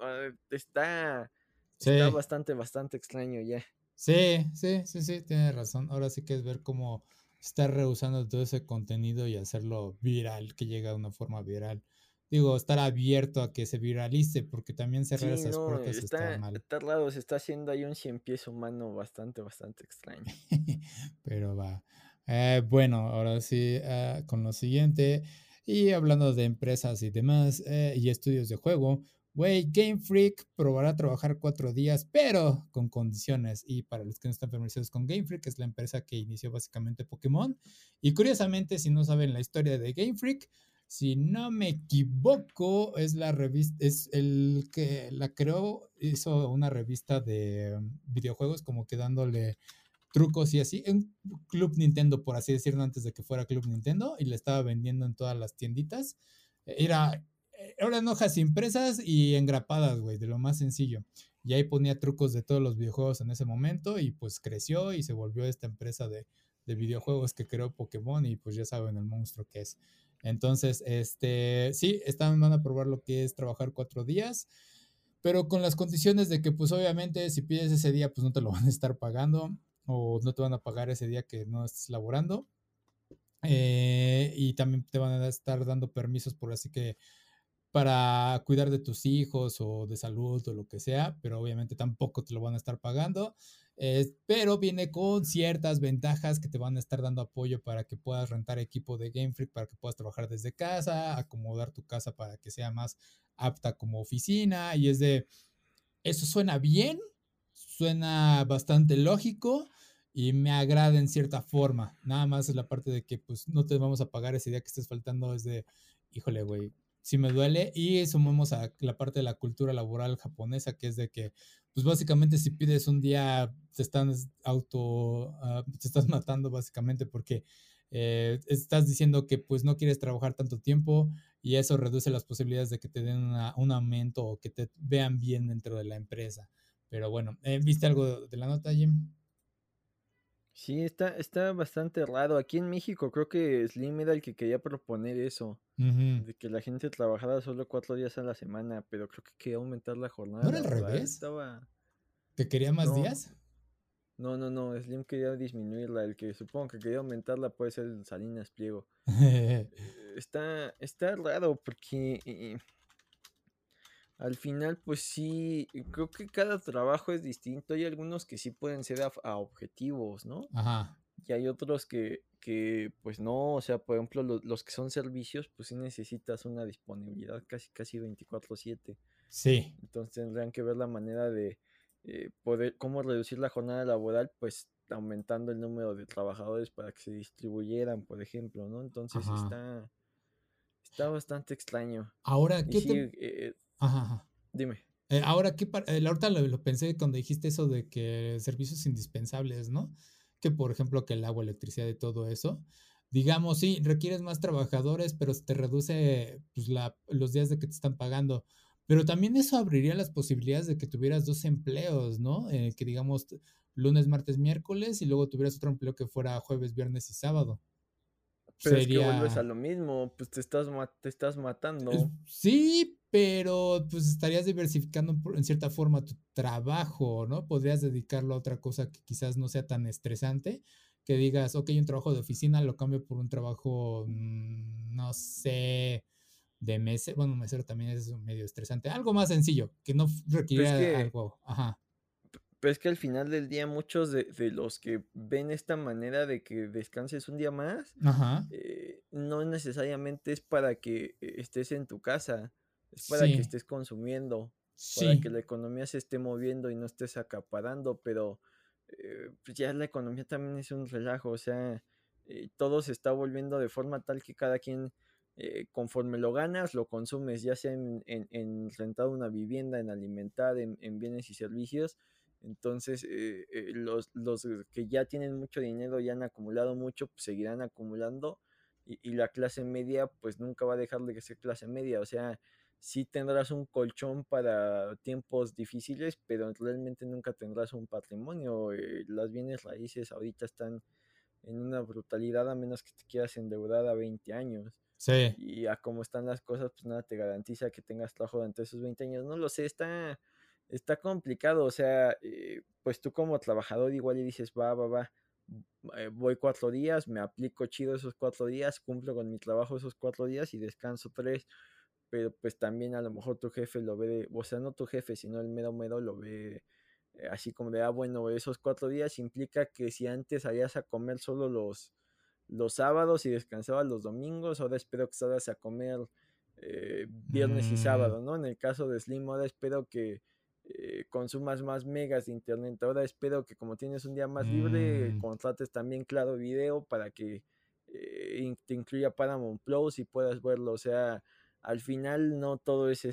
está sí, bastante, bastante extraño ya. sí, sí, sí, sí, tienes razón. Ahora sí que es ver cómo estar rehusando todo ese contenido y hacerlo viral, que llega de una forma viral. Digo, estar abierto a que se viralice, porque también cerrar Sí, esas no, puertas está mal. está raro, se está haciendo ahí un cien pies humano bastante, bastante extraño. Pero va. Bueno, ahora sí, con lo siguiente. Y hablando de empresas y demás, y estudios de juego, Güey, Game Freak probará trabajar 4 días, pero con condiciones. Y para los que no están familiarizados con Game Freak, es la empresa que inició básicamente Pokémon. Y curiosamente, si no saben la historia de Game Freak, si no me equivoco, es la revista, es el que la creó, hizo una revista de videojuegos, como que dándole trucos y así, un Club Nintendo, por así decirlo, antes de que fuera Club Nintendo, y le estaba vendiendo en todas las tienditas. Eran hojas impresas y engrapadas, güey, de lo más sencillo. Y ahí ponía trucos de todos los videojuegos en ese momento y pues creció y se volvió esta empresa de videojuegos que creó Pokémon y pues ya saben el monstruo que es. Entonces, sí, van a probar lo que es trabajar 4 días, pero con las condiciones de que pues obviamente si pides ese día pues no te lo van a estar pagando o no te van a pagar ese día que no estés laborando. Y también te van a estar dando permisos por así que para cuidar de tus hijos o de salud o lo que sea, pero obviamente tampoco te lo van a estar pagando. Pero viene con ciertas ventajas que te van a estar dando apoyo para que puedas rentar equipo de Game Freak, para que puedas trabajar desde casa, acomodar tu casa para que sea más apta como oficina. Y eso suena bien, suena bastante lógico y me agrada en cierta forma. Nada más es la parte de que pues no te vamos a pagar ese día que estés faltando, es de, híjole, güey, sí me duele. Y sumamos a la parte de la cultura laboral japonesa, que es de que, pues básicamente si pides un día, te estás matando básicamente porque estás diciendo que pues no quieres trabajar tanto tiempo y eso reduce las posibilidades de que te den un aumento o que te vean bien dentro de la empresa. Pero bueno, ¿viste algo de la nota, Jim? Sí, está bastante raro. Aquí en México creo que Slim era el que quería proponer eso, Ujú. de que la gente trabajara solo 4 días a la semana, pero creo que quería aumentar la ¿No jornada era al laboral. revés? Estaba... ¿Que quería más No, días? no, Slim quería disminuirla. El que supongo que quería aumentarla puede ser el Salinas Pliego. Está raro porque al final, pues sí, creo que cada trabajo es distinto. Hay algunos que sí pueden ser a objetivos, ¿no? Ajá, Y hay otros que pues no, o sea, por ejemplo, los que son servicios, pues sí necesitas una disponibilidad casi 24/7. sí. Entonces tendrían que ver la manera de poder, cómo reducir la jornada laboral, pues aumentando el número de trabajadores para que se distribuyeran, por ejemplo, ¿no? Entonces Ajá. está bastante extraño. Ahora, Y ¿qué sí, te...? Ajá, ajá. dime. Ahora, ahorita lo pensé cuando dijiste eso de que servicios indispensables, ¿no? Que por ejemplo que el agua, electricidad y todo eso. Digamos, sí, requieres más trabajadores, pero se te reduce pues, los días de que te están pagando. Pero también eso abriría las posibilidades de que tuvieras dos empleos, ¿no? Que digamos lunes, martes, miércoles y luego tuvieras otro empleo que fuera jueves, viernes y sábado. Pero es que vuelves a Sería... lo mismo, pues te estás matando. Sí, pero pues estarías diversificando en cierta forma tu trabajo, ¿no? Podrías dedicarlo a otra cosa que quizás no sea tan estresante, que digas, ok, un trabajo de oficina lo cambio por un trabajo, no sé, de mesero. Bueno, mesero también es medio estresante. Algo más sencillo, que no Pero es requiera que algo. Ajá, Pero es que al final del día muchos de los que ven esta manera de que descanses un día más, ajá, no necesariamente es para que estés en tu casa, es para que sí, estés consumiendo, para sí, que la economía se esté moviendo y no estés acaparando, pero pues ya la economía también es un relajo, o sea, todo se está volviendo de forma tal que cada quien, conforme lo ganas, lo consumes, ya sea en rentar una vivienda, en alimentar, en bienes y servicios. Entonces, los que ya tienen mucho dinero y han acumulado mucho, pues seguirán acumulando y la clase media, pues nunca va a dejar de ser clase media. O sea, sí tendrás un colchón para tiempos difíciles, pero realmente nunca tendrás un patrimonio. Las bienes raíces ahorita están en una brutalidad a menos que te quieras endeudar a 20 años. sí, Y a cómo están las cosas, pues nada te garantiza que tengas trabajo durante esos 20 años. No lo sé, está complicado. O sea, pues tú como trabajador igual y dices, va, voy 4 días, me aplico chido esos 4 días, cumplo con mi trabajo esos 4 días y descanso tres. Pero pues también a lo mejor tu jefe lo ve, o sea, no tu jefe, sino el mero mero lo ve así como de, bueno, esos 4 días implica que si antes salías a comer solo los sábados y descansabas los domingos, ahora espero que salgas a comer viernes y Mm, sábado, ¿no? En el caso de Slim, ahora espero que consumas más megas de internet. Ahora espero que como tienes un día más libre, mm, contrates también Claro Video para que te incluya Paramount Plus y puedas verlo. O sea, al final no todo es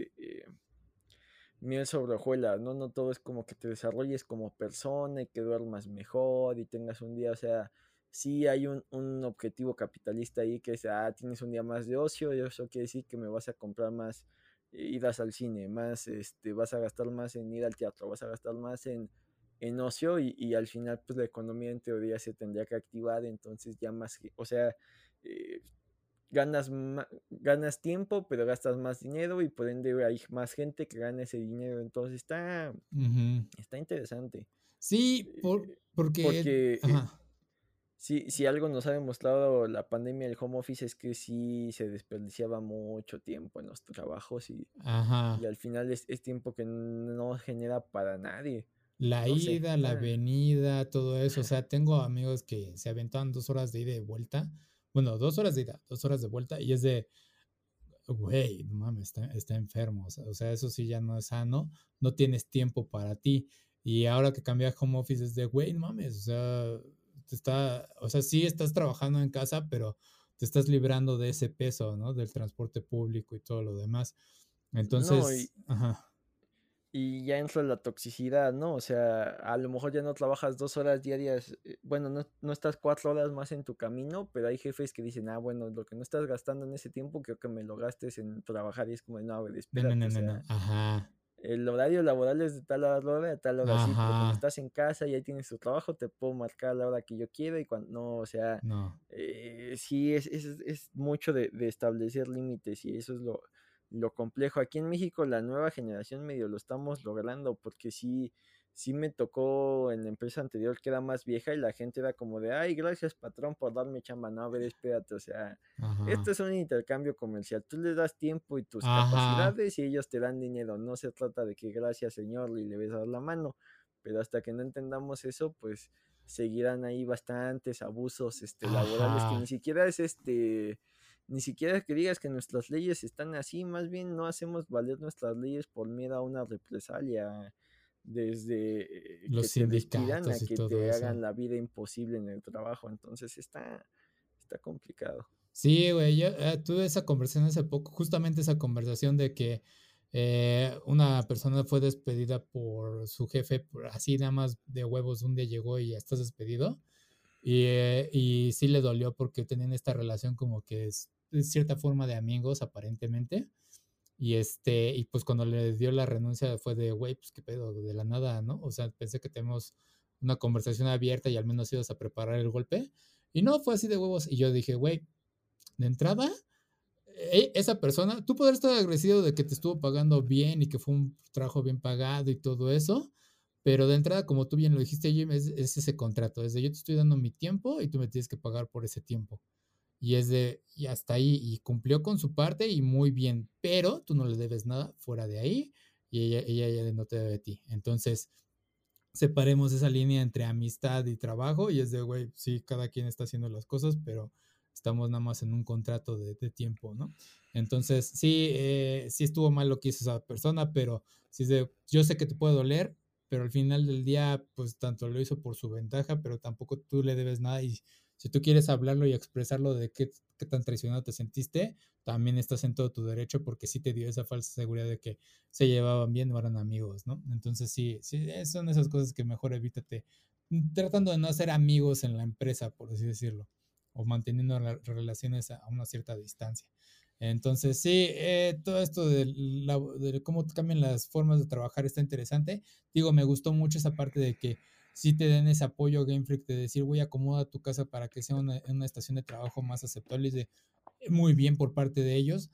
miel sobre hojuelas, ¿no? No todo es como que te desarrolles como persona y que duermas mejor y tengas un día, o sea, sí hay un objetivo capitalista ahí que es, tienes un día más de ocio y eso quiere decir que me vas a comprar más idas al cine, más, vas a gastar más en ir al teatro, vas a gastar más en ocio y al final pues la economía en teoría se tendría que activar, entonces ya más, o sea, eh, ganas tiempo, pero gastas más dinero y por ende hay más gente que gana ese dinero. Entonces ujú. está interesante. Sí, Eh, porque, Porque ajá, si algo nos ha demostrado la pandemia del home office es que sí se desperdiciaba mucho tiempo en los trabajos y ajá. al final es tiempo que no genera para nadie. La No sé, ida, la venida, todo eso. O sea, tengo amigos que se aventan 2 horas de ida y de vuelta. Bueno, 2 horas de ida, 2 horas de vuelta. Y es de, güey, no mames, está enfermo. O sea, eso sí ya no es sano. No tienes tiempo para ti. Y ahora que cambia a home office es de, güey, no mames. O sea, sí estás trabajando en casa, pero te estás librando de ese peso, ¿no? Del transporte público y todo lo demás. no, Entonces, ajá, y ya entra la toxicidad, ¿no? O sea, a lo mejor ya no trabajas 2 horas diarias, bueno, no estás 4 horas más en tu camino, pero hay jefes que dicen, bueno, lo que no estás gastando en ese tiempo, creo que me lo gastes en trabajar, y es como, no, a ver, no, no, espérate, no, o no, sea, no, ajá, el horario laboral es de tal hora a tal hora, sí, pero como ajá, estás en casa y ahí tienes tu trabajo, te puedo marcar a la hora que yo quiera y cuando, no, o sea, no. sí, es mucho de establecer límites y eso es lo complejo. Aquí en México la nueva generación medio lo estamos logrando porque sí me tocó en la empresa anterior que era más vieja y la gente era como de, ay, gracias patrón por darme chamba. No, a ver, espérate, o sea, esto Ajá. es un intercambio comercial. Tú les das tiempo y tus Ajá. capacidades y ellos te dan dinero. No se trata de que gracias señor y le ves a dar la mano, pero hasta que no entendamos eso, pues seguirán ahí bastantes abusos laborales que ni Ajá. siquiera ni siquiera que digas que nuestras leyes están así, más bien no hacemos valer nuestras leyes por miedo a una represalia, desde Los que te despidan a sindicatos y que todo te eso. hagan la vida imposible en el trabajo, entonces está complicado. Sí, güey, yo tuve esa conversación hace poco, justamente esa conversación de que una persona fue despedida por su jefe, así nada más de huevos, un día llegó y ya estás despedido. Y sí le dolió porque tenían esta relación como que es de cierta forma de amigos, aparentemente. Y pues cuando le dio la renuncia fue de, güey, pues qué pedo, de la nada, ¿no? O sea, pensé que tenemos una conversación abierta y al menos ibas a preparar el golpe. Y no, fue así de huevos. Y yo dije, güey, de entrada, esa persona, tú podrás estar agradecido de que te estuvo pagando bien y que fue un trabajo bien pagado y todo eso, pero de entrada, como tú bien lo dijiste, Jim, es ese contrato, es de yo te estoy dando mi tiempo y tú me tienes que pagar por ese tiempo. Y hasta ahí, y cumplió con su parte y muy bien, pero tú no le debes nada fuera de ahí y ella ya no te debe a ti. Entonces, separemos esa línea entre amistad y trabajo y es de, güey, sí, cada quien está haciendo las cosas, pero estamos nada más en un contrato de tiempo, ¿no? Entonces, sí, sí estuvo mal lo que hizo esa persona, pero sí es de, yo sé que te puede doler, pero al final del día, pues tanto lo hizo por su ventaja, pero tampoco tú le debes nada y si tú quieres hablarlo y expresarlo de qué tan traicionado te sentiste, también estás en todo tu derecho porque sí te dio esa falsa seguridad de que se llevaban bien, no eran amigos, ¿no? Entonces sí, sí, son esas cosas que mejor evítate, tratando de no hacer amigos en la empresa, por así decirlo, o manteniendo relaciones a una cierta distancia. Entonces sí, todo esto de cómo cambian las formas de trabajar está interesante. Digo, me gustó mucho esa parte de que sí te den ese apoyo Game Freak de decir, voy a acomodar tu casa para que sea una estación de trabajo más aceptable. Y de, muy bien por parte de ellos.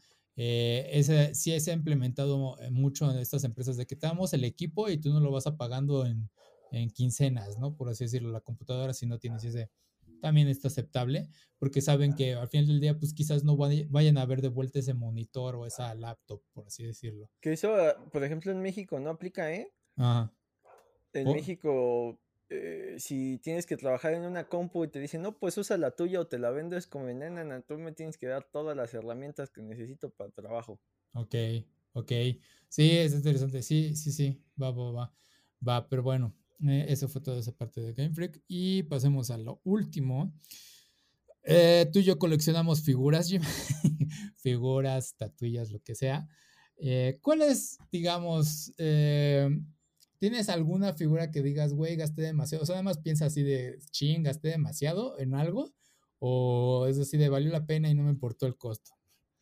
Sí se ha implementado mucho en estas empresas de que te damos el equipo y tú no lo vas a pagando en quincenas, ¿no? Por así decirlo, la computadora si no tienes ese, también está aceptable, porque saben que al final del día, pues quizás no vayan a ver de vuelta ese monitor o esa laptop, por así decirlo. Que eso, por ejemplo, en México no aplica, ¿eh? Ajá. En Por, México, si tienes que trabajar en una compu y te dicen, no, pues usa la tuya o te la vendo, es como, nena, tú me tienes que dar todas las herramientas que necesito para el trabajo. Ok, ok. Sí, es interesante. Sí, sí, sí. Va, pero bueno, eso fue toda esa parte de Game Freak. Y pasemos a lo último. Tú y yo coleccionamos figuras, Jim. Figuras, estatuillas, lo que sea. ¿Cuál es, digamos, tienes alguna figura que digas, güey, gasté demasiado? O sea, nada más piensa así de, ching, gasté demasiado en algo. O es así de, valió la pena y no me importó el costo.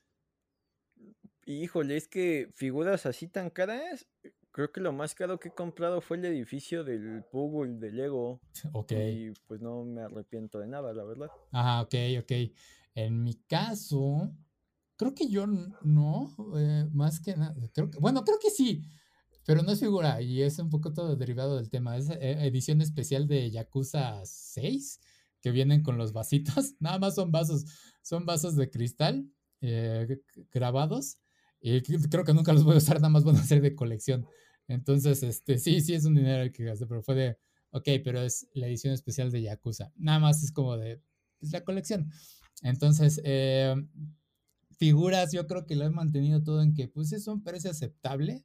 Híjole, es que figuras así tan caras, creo que lo más caro que he comprado fue el edificio del Pugul de Lego. Ok. Y pues no me arrepiento de nada, la verdad. Ajá, ok, ok. En mi caso, creo que yo no, más que nada, bueno, creo que sí, pero no es figura y es un poco todo derivado del tema. Es edición especial de Yakuza 6 que vienen con los vasitos. Nada más son vasos de cristal grabados y creo que nunca los voy a usar, nada más van a ser de colección. Entonces, sí, sí es un dinero el que gasté, pero fue de, ok, pero es la edición especial de Yakuza. Nada más es como de, pues, la colección. Entonces, figuras, yo creo que lo he mantenido todo en que, pues, eso me parece aceptable.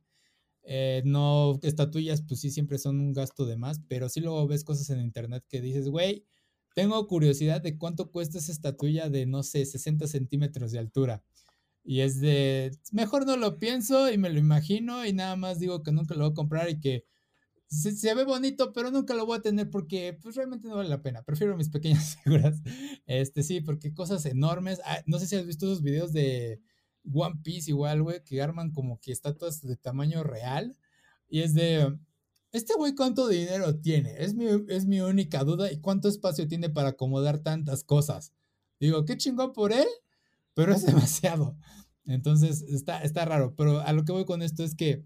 No, estatuillas, pues sí, siempre son un gasto de más, pero sí luego ves cosas en internet que dices, güey, tengo curiosidad de cuánto cuesta esa estatuilla de, no sé, 60 centímetros de altura. Y es de, mejor no lo pienso y me lo imagino y nada más digo que nunca lo voy a comprar y que se ve bonito, pero nunca lo voy a tener porque pues realmente no vale la pena. Prefiero mis pequeñas figuras. Sí, porque cosas enormes. No sé si has visto esos videos de One Piece igual, güey, que arman como que estatuas de tamaño real. Y es de, este güey, ¿cuánto dinero tiene? Es mi única duda. ¿Y cuánto espacio tiene para acomodar tantas cosas? Digo, qué chingón por él, pero es demasiado. Entonces, está raro. Pero a lo que voy con esto es que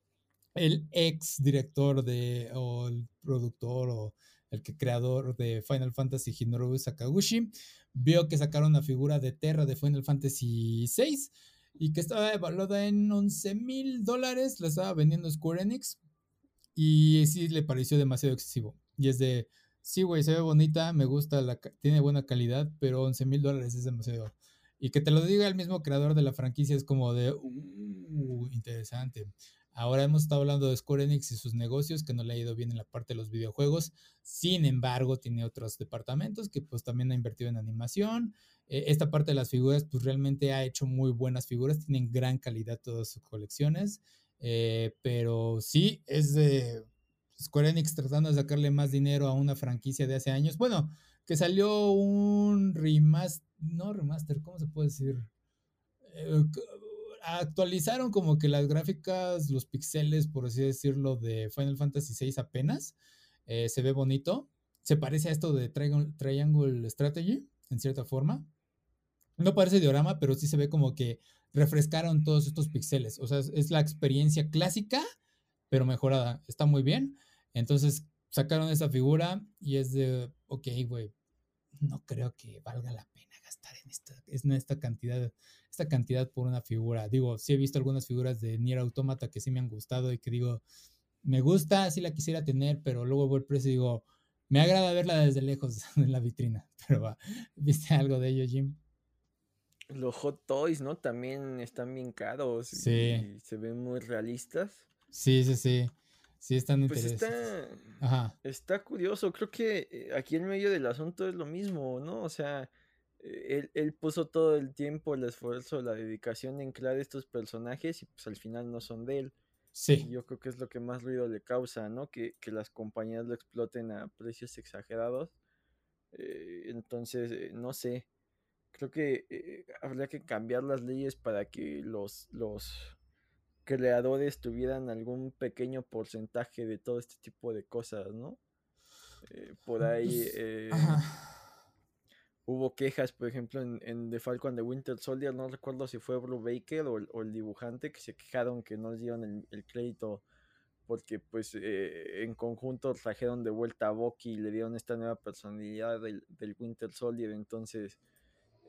el ex director o el productor o el que creador de Final Fantasy, Hinoru Sakaguchi, vio que sacaron una figura de Terra de Final Fantasy VI y que estaba evaluada en $11,000, la estaba vendiendo Square Enix y sí le pareció demasiado excesivo. Y es de, sí, güey, se ve bonita, me gusta, tiene buena calidad, pero $11,000 es demasiado. Y que te lo diga el mismo creador de la franquicia es como de, interesante. Ahora hemos estado hablando de Square Enix y sus negocios, que no le ha ido bien en la parte de los videojuegos. Sin embargo, tiene otros departamentos que pues también ha invertido en animación. Esta parte de las figuras, pues realmente ha hecho muy buenas figuras, tienen gran calidad todas sus colecciones. Pero sí, es de Square Enix tratando de sacarle más dinero a una franquicia de hace años. Bueno, que salió un remaster, no remaster, ¿cómo se puede decir? Eh, Actualizaron como que las gráficas, los pixeles, por así decirlo, de Final Fantasy VI apenas. Se ve bonito. Se parece a esto de Triangle Strategy, en cierta forma. No parece diorama, pero sí se ve como que refrescaron todos estos píxeles. O sea, es la experiencia clásica, pero mejorada. Está muy bien. Entonces sacaron esa figura y es de, ok, güey, no creo que valga la pena gastar esta cantidad por una figura. Digo, sí he visto algunas figuras de Nier Automata que sí me han gustado y que digo, me gusta, sí la quisiera tener, pero luego veo el precio y digo, me agrada verla desde lejos en la vitrina. Pero va, ¿viste algo de ello, Jim? Los Hot Toys, ¿no? También están bien caros Sí, y se ven muy realistas. sí, sí, sí. Sí, están Pues interesantes. está, Ajá. está curioso. Creo que aquí en medio del asunto es lo mismo, ¿no? O sea, él puso todo el tiempo, el esfuerzo, la dedicación en crear estos personajes y pues al final no son de él. Y Sí. yo creo que es lo que más ruido le causa, ¿no? Que las compañías lo exploten a precios exagerados. Entonces, no sé. Creo que habría que cambiar las leyes para que los creadores tuvieran algún pequeño porcentaje de todo este tipo de cosas, ¿no? Por ahí Pues, ajá. hubo quejas, por ejemplo, en The Falcon and the Winter Soldier, no recuerdo si fue Bruce Baker o el dibujante, que se quejaron que no les dieron el crédito porque pues en conjunto trajeron de vuelta a Bucky y le dieron esta nueva personalidad del Winter Soldier, entonces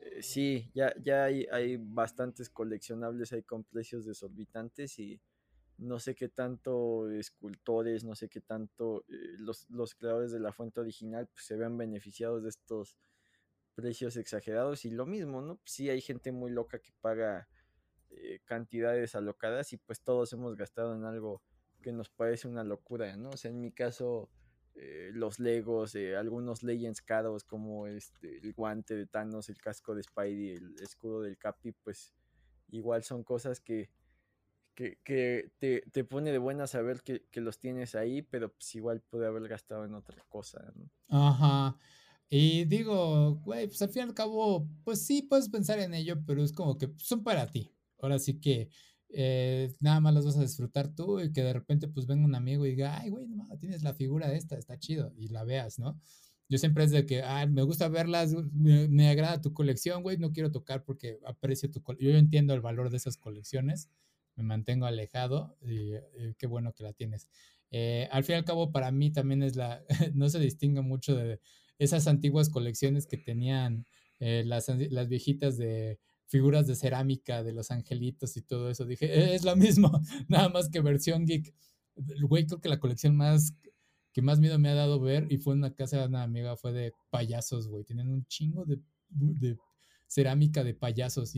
sí, ya hay bastantes coleccionables ahí con precios desorbitantes y no sé qué tanto escultores, no sé qué tanto los creadores de la fuente original pues, se vean beneficiados de estos precios exagerados y lo mismo, ¿no? Pues sí hay gente muy loca que paga cantidades alocadas y pues todos hemos gastado en algo que nos parece una locura, ¿no? O sea, en mi caso, los Legos, algunos Legends caros como el guante de Thanos, el casco de Spidey, el escudo del Capi, pues igual son cosas que te pone de buena saber que los tienes ahí, pero pues igual pude haber gastado en otra cosa, ¿no? Ajá. Y digo, güey, pues al fin y al cabo, pues sí puedes pensar en ello, pero es como que son para ti. Ahora sí que nada más las vas a disfrutar tú y que de repente pues venga un amigo y diga, ay, güey, no mames, tienes la figura de esta, está chido, y la veas, ¿no? Yo siempre es de que, ay, me gusta verlas, me agrada tu colección, güey, no quiero tocar porque aprecio tu colección. Yo entiendo el valor de esas colecciones, me mantengo alejado y qué bueno que la tienes. Al fin y al cabo, para mí también es no se distingue mucho de esas antiguas colecciones que tenían las viejitas de figuras de cerámica de los angelitos y todo eso. Dije, es lo mismo, nada más que versión geek. Güey, creo que la colección que más miedo me ha dado ver, y fue en una casa de una amiga, fue de payasos, güey. Tenían un chingo de cerámica de payasos y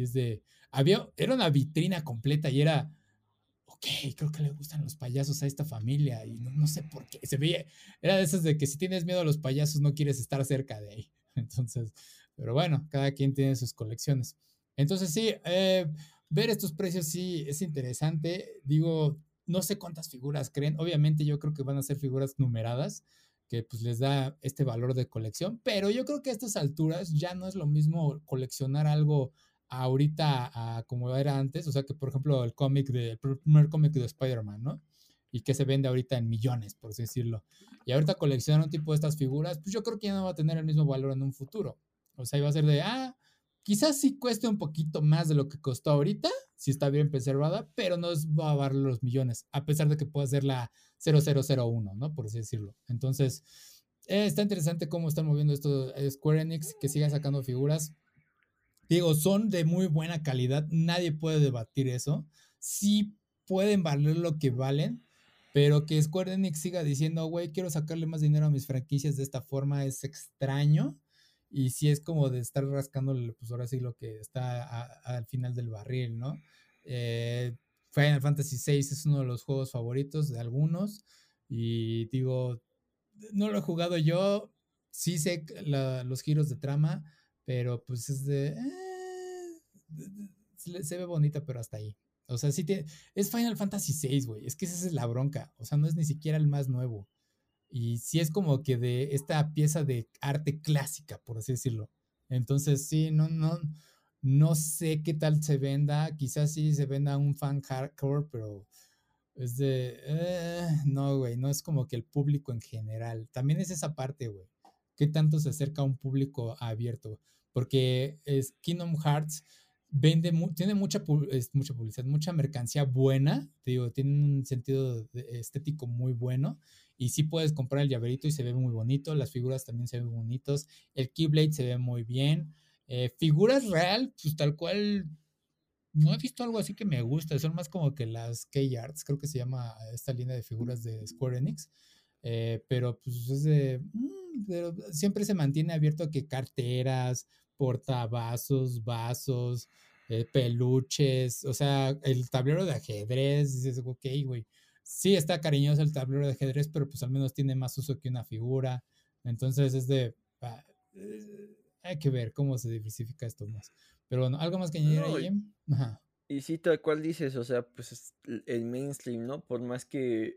era una vitrina completa y era ok, creo que le gustan los payasos a esta familia y no sé por qué. Era de esas de que si tienes miedo a los payasos no quieres estar cerca de ahí. Entonces, pero bueno, cada quien tiene sus colecciones. Entonces sí, ver estos precios sí es interesante. Digo, no sé cuántas figuras creen. Obviamente yo creo que van a ser figuras numeradas que pues les da este valor de colección, pero yo creo que a estas alturas ya no es lo mismo coleccionar algo ahorita a como era antes, o sea que por ejemplo el primer cómic de Spider-Man, ¿no? Y que se vende ahorita en millones, por así decirlo. Y ahorita coleccionar un tipo de estas figuras, pues yo creo que ya no va a tener el mismo valor en un futuro. O sea, iba a ser quizás sí cueste un poquito más de lo que costó ahorita, si está bien preservada, pero no va a valer los millones, a pesar de que pueda ser la 0001, ¿no? Por así decirlo. Entonces, está interesante cómo están moviendo esto Square Enix, que siga sacando figuras. Digo, son de muy buena calidad, nadie puede debatir eso. Sí pueden valer lo que valen, pero que Square Enix siga diciendo, güey, quiero sacarle más dinero a mis franquicias de esta forma es extraño. Y sí es como de estar rascándole, pues ahora sí lo que está al final del barril, ¿no? Final Fantasy VI es uno de los juegos favoritos de algunos. Y digo, no lo he jugado yo, sí sé los giros de trama, pero pues se ve bonita, pero hasta ahí. O sea, es Final Fantasy VI, güey. Es que esa es la bronca. O sea, no es ni siquiera el más nuevo. Y sí es como que de esta pieza de arte clásica, por así decirlo. Entonces, sí, no sé qué tal se venda. Quizás sí se venda un fan hardcore, pero no, güey, no es como que el público en general. También es esa parte, güey. ¿Qué tanto se acerca a un público abierto? Porque Kingdom Hearts tiene mucha publicidad, mucha mercancía buena, te digo, tiene un sentido estético muy bueno. Y sí puedes comprar el llaverito y se ve muy bonito. Las figuras también se ven bonitos. El Keyblade se ve muy bien. Figuras real, pues tal cual no he visto algo así que me gusta, son más como que las K-Arts, creo que se llama esta línea de figuras de Square Enix, pero pues pero siempre se mantiene abierto a que carteras, portavasos, vasos, peluches, o sea, el tablero de ajedrez, dices, ok, güey, sí está cariñoso el tablero de ajedrez, pero pues al menos tiene más uso que una figura, entonces hay que ver cómo se diversifica esto más. Pero bueno, ¿algo más que añadir No, ahí? Ajá. y sí, tal cual dices, o sea, pues el mainstream, ¿no? Por más que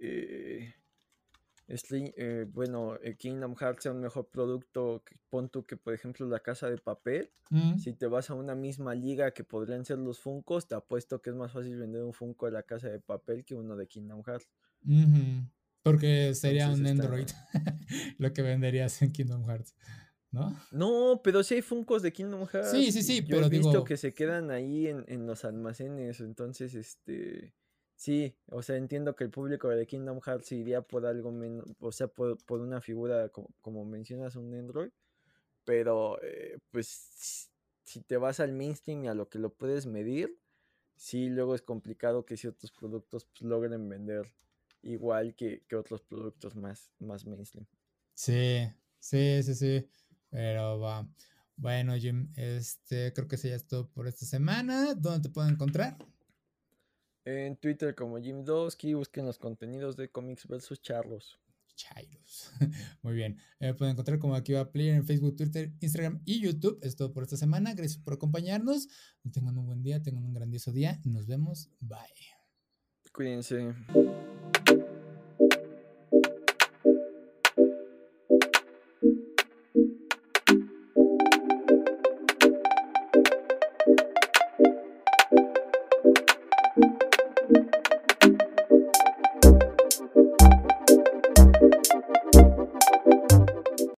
bueno, Kingdom Hearts sea un mejor producto, pon tú que, por ejemplo, La Casa de Papel, Mm, si te vas a una misma liga que podrían ser los Funkos, te apuesto que es más fácil vender un Funko de La Casa de Papel que uno de Kingdom Hearts. ujú. Porque sería Entonces un Android está... lo que venderías en Kingdom Hearts, ¿no? No, pero sí hay Funkos de Kingdom Sí, Hearts. sí, sí, Yo he pero visto digo, que se quedan ahí en los almacenes. Entonces, sí, o sea, entiendo que el público de Kingdom Hearts iría por algo menos, o sea, por una figura como mencionas, un Android. Pero, pues, si te vas al mainstream y a lo que lo puedes medir, sí, luego es complicado que ciertos productos pues, logren vender igual que otros productos más mainstream. Sí, sí, sí, sí. Pero va. Bueno, Jim, creo que eso ya es todo por esta semana. ¿Dónde te puedo encontrar? En Twitter como Jim Dosky, busquen los contenidos de Comics versus Charlos. Chairos. Muy bien. Me pueden encontrar como aquí va a Player en Facebook, Twitter, Instagram y YouTube. Es todo por esta semana. Gracias por acompañarnos. Tengan un buen día, tengan un grandioso día. Nos vemos. Bye. Cuídense.